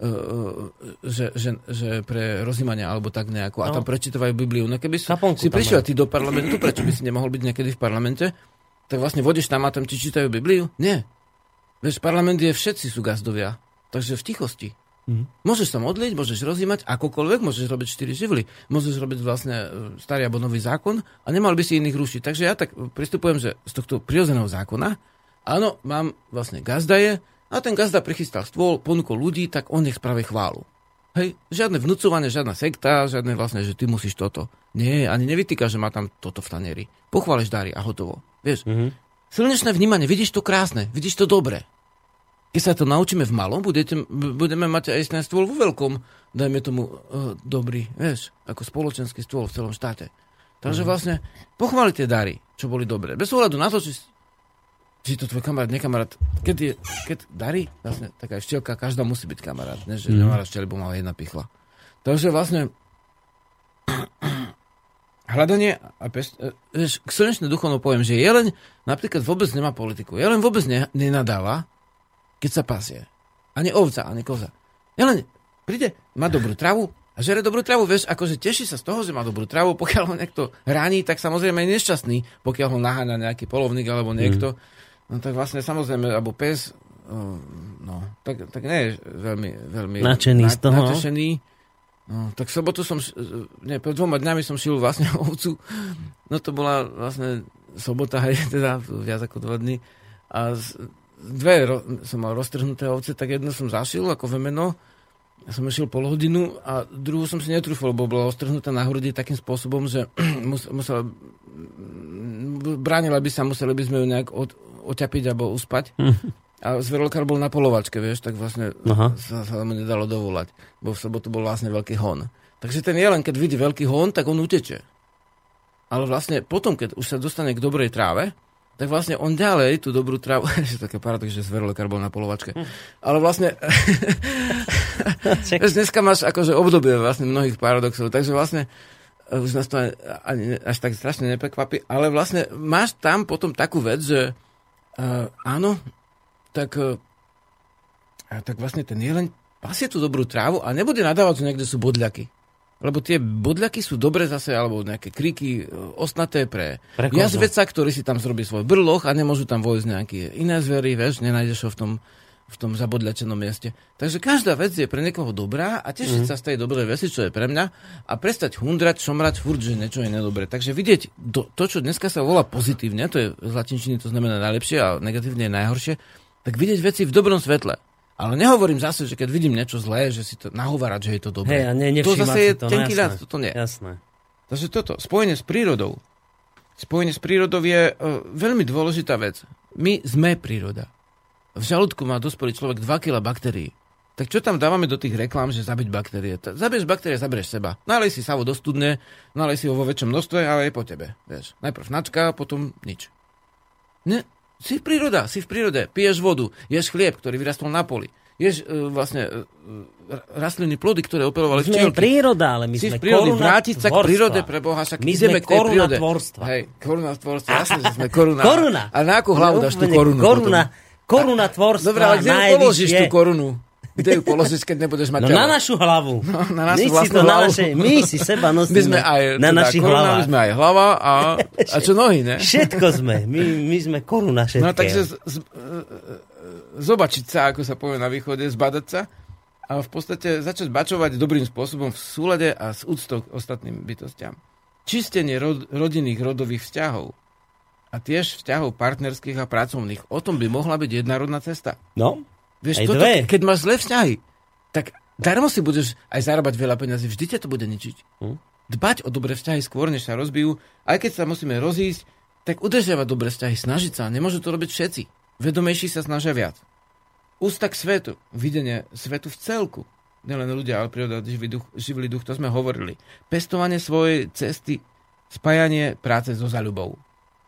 že pre rozjímania alebo tak nejako. A tam prečítavajú Bibliu. No keby si prišiel ty do parlamentu, prečo by si nemohol byť niekedy v parlamente, tak vlastne vodíš tam a tam ti čítajú Bibliu? Nie. Vieš, parlament je, všetci sú gazdovia. Takže v tichosti. Môžeš sa modliť, môžeš rozjímať akokoľvek, môžeš robiť 4 živly, môžeš robiť vlastne starý alebo nový zákon a nemal by si iných rušiť. Takže ja tak pristupujem, že z tohto prirodzeného zákona, áno, mám vlastne gazdaje, a ten gazda prichystal stôl, ponúkol ľudí, tak on nech spraví chválu. Hej, žiadne vnúcovanie, žiadna sekta, žiadne vlastne, že ty musíš toto. Nie, ani nevytýka, že má tam toto v tanieri. Pochváliš dary a hotovo. Vieš, slnečné vnímanie, vidíš to krásne, vidíš to dobre. Keď sa to naučíme v malom, budeme mať aj ten stôl vo veľkom, dajme tomu dobrý, vieš, ako spoločenský stôl v celom štáte. Takže vlastne pochváli tie dary, čo boli dobré. Bez ohľadu na to, či to tvoj kamarát, nekamarát, keď darí, vlastne taká vštielka, každá musí byť kamarát, ne, že nemá vštiel, bo má jedna pichla. Takže vlastne hľadanie a k slnečné duchovno poviem, že jeleň napríklad vôbec nemá politiku. Jeleň vôbec nenadáva, keď sa pasie. Ani ovca, ani koza. Jeleň príde, má dobrú travu a žere dobrú travu, vieš, akože teší sa z toho, že má dobrú travu, pokiaľ ho niekto ráni, tak samozrejme je nešťastný, pokiaľ ho naháňa nejaký polovník alebo niekto. No tak vlastne samozrejme, alebo pes, no, tak nie je veľmi nadšený z toho. Natešený. No, tak v sobotu pred 2 dňami som šil vlastne ovcu. No to bola vlastne sobota, teda viac ako 2 dny. A som mal roztrhnuté ovce, tak jedno som zašil ako vemeno. Ja som šil pol hodinu a druhú som si netrúfol, bo bola roztrhnutá na hrudi takým spôsobom, že bránila by sa, museli by sme ju nejak oťapiť alebo uspať. A zverolkár bol na polovačke, vieš, tak vlastne sa mu nedalo dovolať. Bo v sobotu bol vlastne veľký hon. Takže ten jelen, keď vidí veľký hon, tak on uteče. Ale vlastne potom, keď už sa dostane k dobrej tráve, tak vlastne on ďalej tú dobrú trávu, je také paradox, že zverolkár bol na polovačke. Ale vlastne dneska máš akože obdobie vlastne mnohých paradoxov, takže vlastne už nás to ani až tak strašne neprekvapí, ale vlastne máš tam potom takú vec, že áno, tak vlastne ten jeleň pasie tú dobrú trávu a nebude nadávať, že niekde sú bodľaky. Lebo tie bodľaky sú dobre zase, alebo nejaké kriky ostnaté pre jazveca, ktorý si tam zrobí svoj brloch a nemôžu tam vojsť nejaké iné zvery, vieš, nenájdeš ho v tom zabodľačenom mieste. Takže každá vec je pre niekoho dobrá a tešiť sa z tej dobrej veci, čo je pre mňa a prestať hundrať, šomrať furt, že niečo je nedobré. Takže vidieť to, čo dneska sa volá pozitívne, to je z latinčiny, to znamená najlepšie a negatívne je najhoršie, tak vidieť veci v dobrom svetle. Ale nehovorím zase, že keď vidím niečo zlé, že si to nahovárať, že je to dobré. Hej, to zase je tenký ľad, toto nie. Jasné. Takže toto, spojenie s prírodou. Spojenie s prírodou je veľmi dôležitá vec. My sme príroda. V žalúdku má dospelý človek 2 kg baktérií. Tak čo tam dávame do tých reklám, že zabiť baktérie? Zabiješ baktérie, zaberieš seba. Nalej si savo do studne, nalej si ho vo väčšom množstve, ale je po tebe. Vieš. Najprv načka, potom nič. Ne? Si v prírode, piješ vodu, ješ chlieb, ktorý vyrastol na poli, ješ vlastne rastliny, plody, ktoré operovali včielky. My sme príroda, ale my sme koruna vrátiť sa k prírode, pre Boha, však my ideme sme k tej prírode. tvorstva. Hej, koruna tvorstva, jasne, že sme koruna. Koruna. A na akú hlavu dáš tú korunu? Koruna tvorstva. Dobre, ale kde položíš tú korunu? Kde ju položíš, keď nebudeš mať telo? Na našu hlavu. No, na našu vlastnú hlavu. My si seba nosíme my sme aj, na našich hlavách. My sme aj hlava a čo nohy, ne? Všetko sme. My sme koruna všetkého. No takže zobačiť sa, ako sa povie na východe, zbadať sa a v podstate začať bačovať dobrým spôsobom v súlade a s úctou k ostatným bytostiam. Čistenie rodinných rodových vzťahov a tiež vzťahov partnerských a pracovných. O tom by mohla byť jednorodná cesta. No, vieš, toto, keď máš zlé vzťahy, tak darmo si budeš aj zarábať veľa peniazí. Vždy ťa to bude ničiť. Dbať o dobré vzťahy skôr, než sa rozbijú. Aj keď sa musíme rozísť, tak udržiavať dobré vzťahy, snažiť sa. Nemôžu to robiť všetci. Vedomejší sa snažia viac. Ústa k svetu. Videnie svetu v celku. Nielen ľudia, ale príroda, živý duch, to sme hovorili. Pestovanie svojej cesty, spájanie práce so záľubou.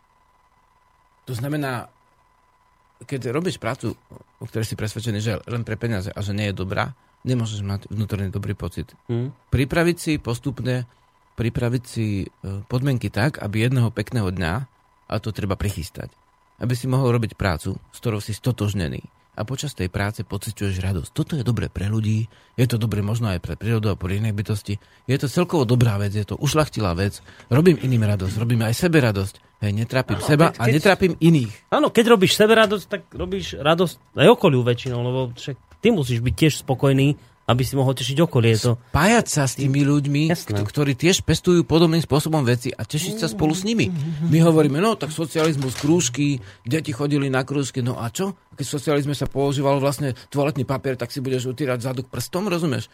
To znamená, keď robíš prácu, o ktorej si presvedčený, že len pre peniaze a že nie je dobrá, nemôžeš mať vnútorný dobrý pocit. Pripraviť si postupne pripraviť si podmienky tak, aby jedného pekného dňa, a to treba prichystať, aby si mohol robiť prácu, s ktorou si stotožnený. A počas tej práce pociťuješ radosť. Toto je dobré pre ľudí, je to dobré možno aj pre prírodu a pre iné bytosti. Je to celkovo dobrá vec, je to ušľachtilá vec. Robím iným radosť, robím aj sebe radosť. Hej, netrápim seba a netrápim iných. Áno, keď robíš sebe radosť, tak robíš radosť aj okoliu väčšinou, lebo však ty musíš byť tiež spokojný, aby si mohol tešiť okolie. Spájať sa s tými ľuďmi, ktorí tiež pestujú podobným spôsobom veci a tešiť sa spolu s nimi. My hovoríme, no tak socializmus, krúžky, deti chodili na krúžky, no a čo? Keď v socializme sa používal vlastne toaletný papier, tak si budeš utírať zadok prstom, rozumieš?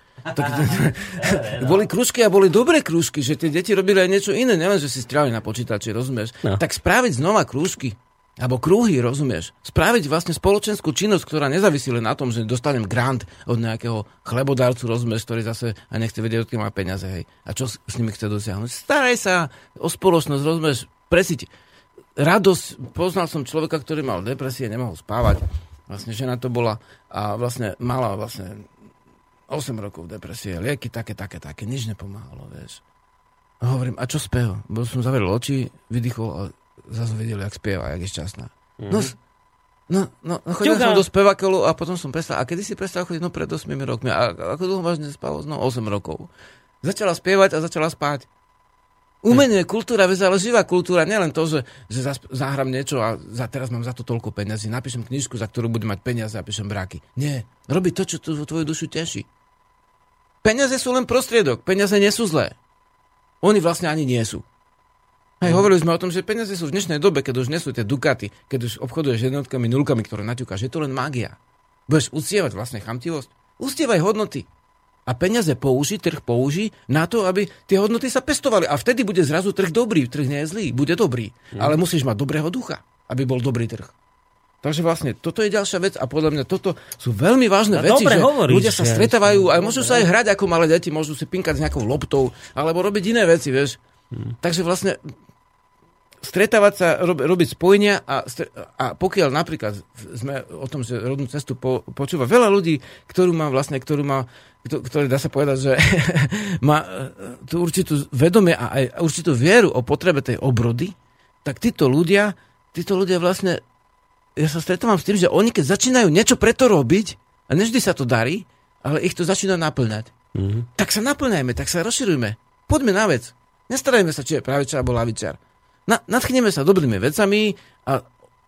Boli krúžky a boli dobré krúžky, že tie deti robili aj niečo iné, nielen, že si strieľali na počítači, rozumieš? No. Tak spraviť znova krúžky. Alebo krúhy, rozumieš? Spraviť vlastne spoločenskú činnosť, ktorá nezávisí len na tom, že dostanem grant od nejakého chlebodárcu, rozumieš, ktorý zase a nechce vedieť, odkiaľ má peniaze, hej. A čo s nimi chce dosiahnuť? Staraj sa o spoločnosť, rozumieš, presiť. Radosť, poznal som človeka, ktorý mal depresie, nemohol spávať. Vlastne žena to bola a vlastne mala vlastne 8 rokov depresie, lieky také, nič nepomáhalo, vieš. A hovorím, a čo spev? Bo som zaveril oči, vydychol a zase vedeli, jak spieva, jak je šťastná. No, chodil som do spevakeľu a potom som prestal. A kedy si prestal chodiť? No pred 8 rokmi. A ako dlho máš nespalo? No 8 rokov. Začala spievať a začala spať. Umenie, kultúra, ale živá kultúra, nielen to, že zahrám niečo a teraz mám za to toľko peniazí. Napíšem knižku, za ktorú budem mať peniaze a píšem bráky. Nie. Robí to, čo tvoju dušu teší. Peniaze sú len prostriedok. Peniaze nie sú zlé. Oni vlastne ani nie sú. Hej, hovorili sme o tom, že peniaze sú v dnešnej dobe, keď už nie sú tie dukaty, keď už obchoduješ jednotkami, nulkami, ktoré naťukáš, je to len mágia. Budeš uctievať vlastne chamtivosť? Uctievaj hodnoty. A peniaze trh použí na to, aby tie hodnoty sa pestovali. A vtedy bude zrazu trh dobrý. Trh nie je zlý, bude dobrý. Ale musíš mať dobrého ducha, aby bol dobrý trh. Takže vlastne toto je ďalšia vec a podľa mňa toto sú veľmi vážne veci, že ľudia sa stretávajú a môžu sa aj hrať ako malé deti, môžu si pinkať s nejakou loptou alebo robiť iné veci, vieš. Takže vlastne stretávať sa, robiť spojenia a pokiaľ napríklad sme o tom, že rodnú cestu počúva veľa ľudí, ktorý dá sa povedať, že má tú určitú vedomie a aj určitú vieru o potrebe tej obrody, tak títo ľudia vlastne, ja sa stretávam s tým, že oni keď začínajú niečo preto robiť a nevždy sa to darí, ale ich to začína naplňať. Tak sa naplňajme, tak sa rozširujme. Poďme na vec. Nestarajme sa, či je pravičar alebo lavičar. Nadchneme sa dobrými vecami a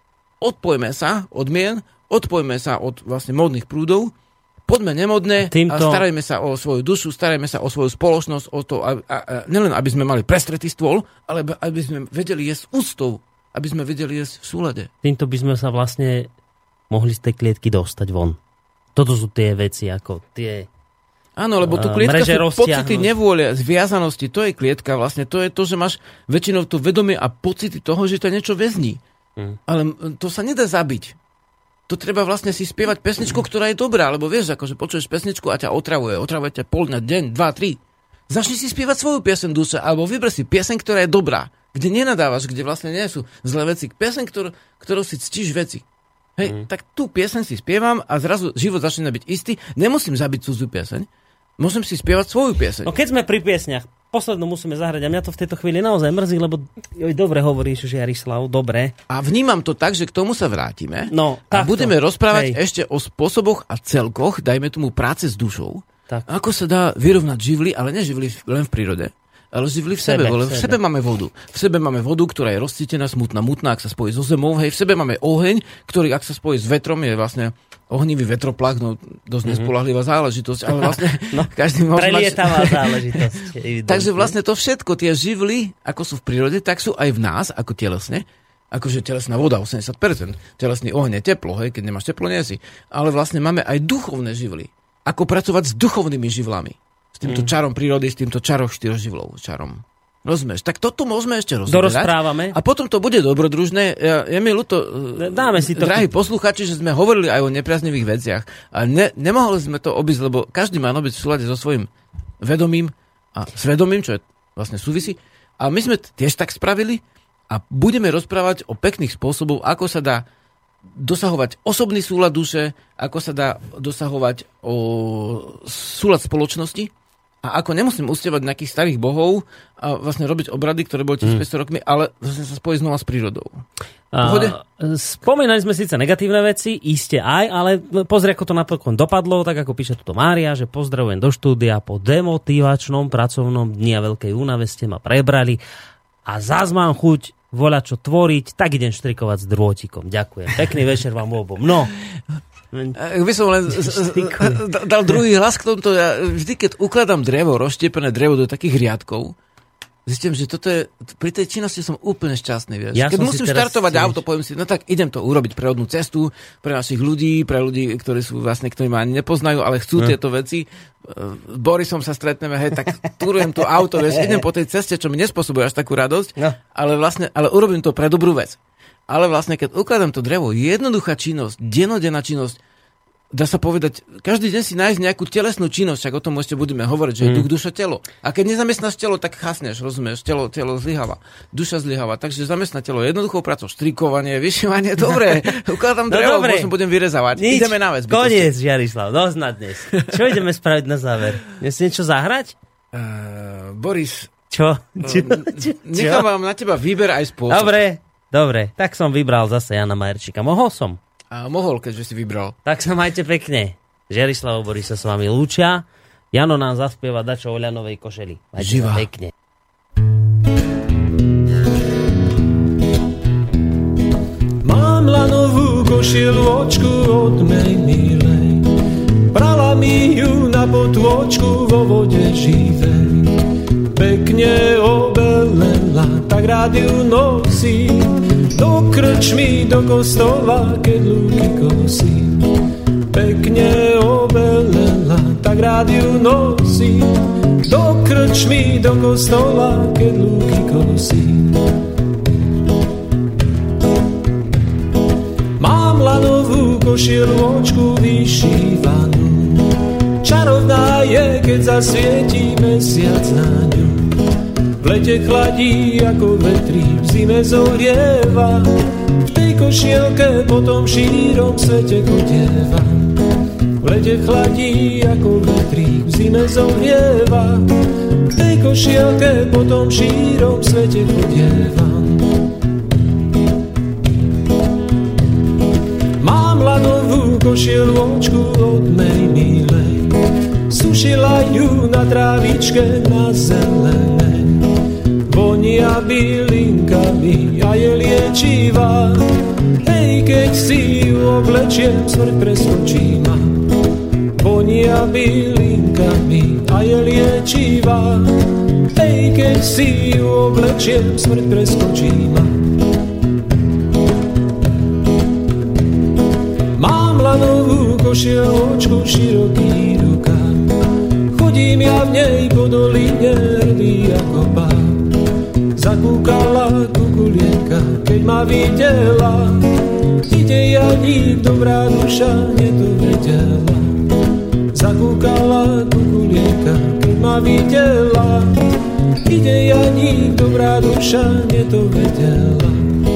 odpojme sa od mien, odpojme sa od vlastne módnych prúdov, poďme nemodné a starajme sa o svoju dušu, starajme sa o svoju spoločnosť, o to, nielen aby sme mali prestretý stôl, ale aby sme vedeli jesť úctou, aby sme vedeli jesť v súlade. Týmto by sme sa vlastne mohli z tej klietky dostať von. Toto sú tie veci, ako tie... Áno, lebo tu klietka sú pocity nevôle, zviazanosti, to je klietka vlastne, to je to, že máš väčšinou to vedomie a pocity toho, že to niečo väzní. Ale to sa nedá zabiť. To treba vlastne si spievať pesničku, ktorá je dobrá, lebo vieš, akože počuješ pesničku a ťa otravuje ťa pol dňa, deň, 2, 3. Začni si spievať svoju pieseň duše, alebo vyber si pieseň, ktorá je dobrá, kde nenadávaš, kde vlastne nie sú zlé veci. Pieseň, ktorou si ctíš veci. Hej, tak tú pieseň si spievam a zrazu život začína byť istý. Nemusím zabiť cudzú pieseň. Môžem si spievať svoju pieseň. No keď sme pri piesniach, poslednú musíme zahrať a mňa to v tejto chvíli naozaj mrzí, lebo dobre hovoríš, Žiarislav, dobre. A vnímam to tak, že k tomu sa vrátime a budeme rozprávať ešte o spôsoboch a celkoch, dajme tomu práce s dušou. Tak. Ako sa dá vyrovnať živly, ale neživly len v prírode, ale živly v sebe. V sebe máme vodu. V sebe máme vodu, ktorá je rozcítená, smutná, ak sa spojí so zemou. Hej, v sebe máme oheň, ktorý, ak sa spojí s vetrom, je vlastne ohnivý vetroplach, no dosť nespoľahlivá záležitosť, ale vlastne každý môže prelietavá záležitosť. Takže vlastne to všetko, tie živly, ako sú v prírode, tak sú aj v nás, ako telesne. Akože telesná voda, 80%. Telesný oheň je teplo, hej, keď nemáš teplo, nie si. Ale vlastne máme aj duchovné živly. Ako pracovať s duchovnými živlami. S týmto čarom prírody, s týmto čarom 4 živlov. Čarom. Rozumieš? Tak toto môžeme ešte rozprávame. A potom to bude dobrodružné. Je mi ľúto, dáme si to, drahí posluchači, že sme hovorili aj o nepriaznivých veciach. A nemohli sme to obísť, lebo každý má byť v súlade so svojím vedomím a svedomím, čo je vlastne súvisí. A my sme tiež tak spravili a budeme rozprávať o pekných spôsobov, ako sa dá dosahovať osobný súlad duše, ako sa dá dosahovať o súlad spoločnosti A ako nemusím uctievať nejakých starých bohov a vlastne robiť obrady, ktoré boli 1500 rokmi, ale vlastne sa spojiť znova s prírodou. Spomínali sme síce negatívne veci, iste aj, ale pozri, ako to napokon dopadlo, tak ako píše tuto Mária, že pozdravujem do štúdia po demotivačnom pracovnom dni a veľkej únave ste ma prebrali a zás mám chuť voľať čo tvoriť, tak idem štrikovať s drôtikom. Ďakujem. Pekný večer vám obom. No. By som len dal druhý hlas k tomto. Ja vždy, keď ukladám drevo, rozštiepené drevo do takých riadkov, zistím, že toto je, pri tej činnosti som úplne šťastný. Vieš. Ja keď musím štartovať auto, poviem si, no tak idem to urobiť pre rodnú cestu, pre našich ľudí, pre ľudí, ktorí sú vlastne, ktorí ma ani nepoznajú, ale chcú tieto veci. S Borisom sa stretneme, hej, tak túrujem to auto, vieš, idem po tej ceste, čo mi nespôsobuje až takú radosť, ale urobím to pre dobrú vec. Ale vlastne, keď ukladám to drevo, jednoduchá činnosť, dennodenná činnosť, dá sa povedať, každý deň si nájsť nejakú telesnú činnosť, však o tom ešte budeme hovoriť, že je duch, duša, telo. A keď nezamestnáš telo, tak chasneš, rozumieš, telo zlyháva, duša zlyháva. Takže zamestná telo jednoduchou prácou, strikovanie, vyšívanie, dobre, ukladám drevo, možno budem vyrezávať. Ideme na vec. Koniec, Žiarislav, dosť dnes. Čo ideme spraviť na záver? Dnes niečo zahrať? Boris, Čo? Nechám vám na teba výber aj spôsob. Dobre, tak som vybral zase Jana Majerčíka. Mohol som? Mohol, keďže si vybral. Tak sa majte pekne. Žiarislav Boris sa s vami lúčia. Jano nám zaspieva dačo o ľanovej košeli. Majte sa pekne. Mám lanovú košieľočku od mej milej. Prala mi ju na potôčku vo vode živej. Pekne obelela, tak rád ju nosím. Do krčmy, do kostola, keď lúky kosím. Pekne obelela, tak rád ju nosím. Do krčmy, do kostola, keď lúky kosím. Mám lanovú košieľočku vyšívanú. Čarovná je, keď zasvietí mesiac na ňu. V lete chladí ako vetrí, v zime zohrieva. V tej košielke po tom šírom svete chodieva. V lete chladí ako vetrí, v zime zohrieva. V tej košielke po tom šírom svete chodieva. Mám lanovú košieľočku od mej milej. Sušila ju na trávičke na zelenej. Vonia bylinkami a je liečivá. Hej, keď si ju oblečiem, smrť preskočí ma. Vonia bylinkami a je liečivá. Hej, keď si ju oblečiem, smrť preskočí ma. Mám lanovú košieľočku, široký rukáv. Chodím ja v nej po doline, hrdý ako pán. Zakúkala kukulienka, keď ma videla. Ide Janík, dobrá duša, nedovedela. Zakúkala kukulienka, keď ma videla. Ide Janík, dobrá duša, nedovedela.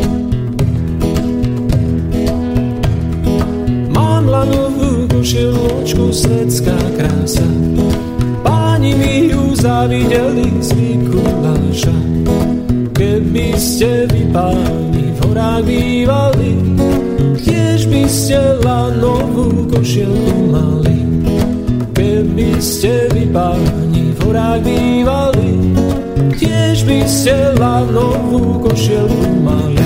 Mám lanovú košieľočku, svetská krása. Páni mi ju závideli z Mikuláša. Keby ste vy, páni, v horách bývali, tiež by ste lanovú košielku mali. Keby ste vy, páni, v horách bývali, tiež by ste lanovú košielku mali.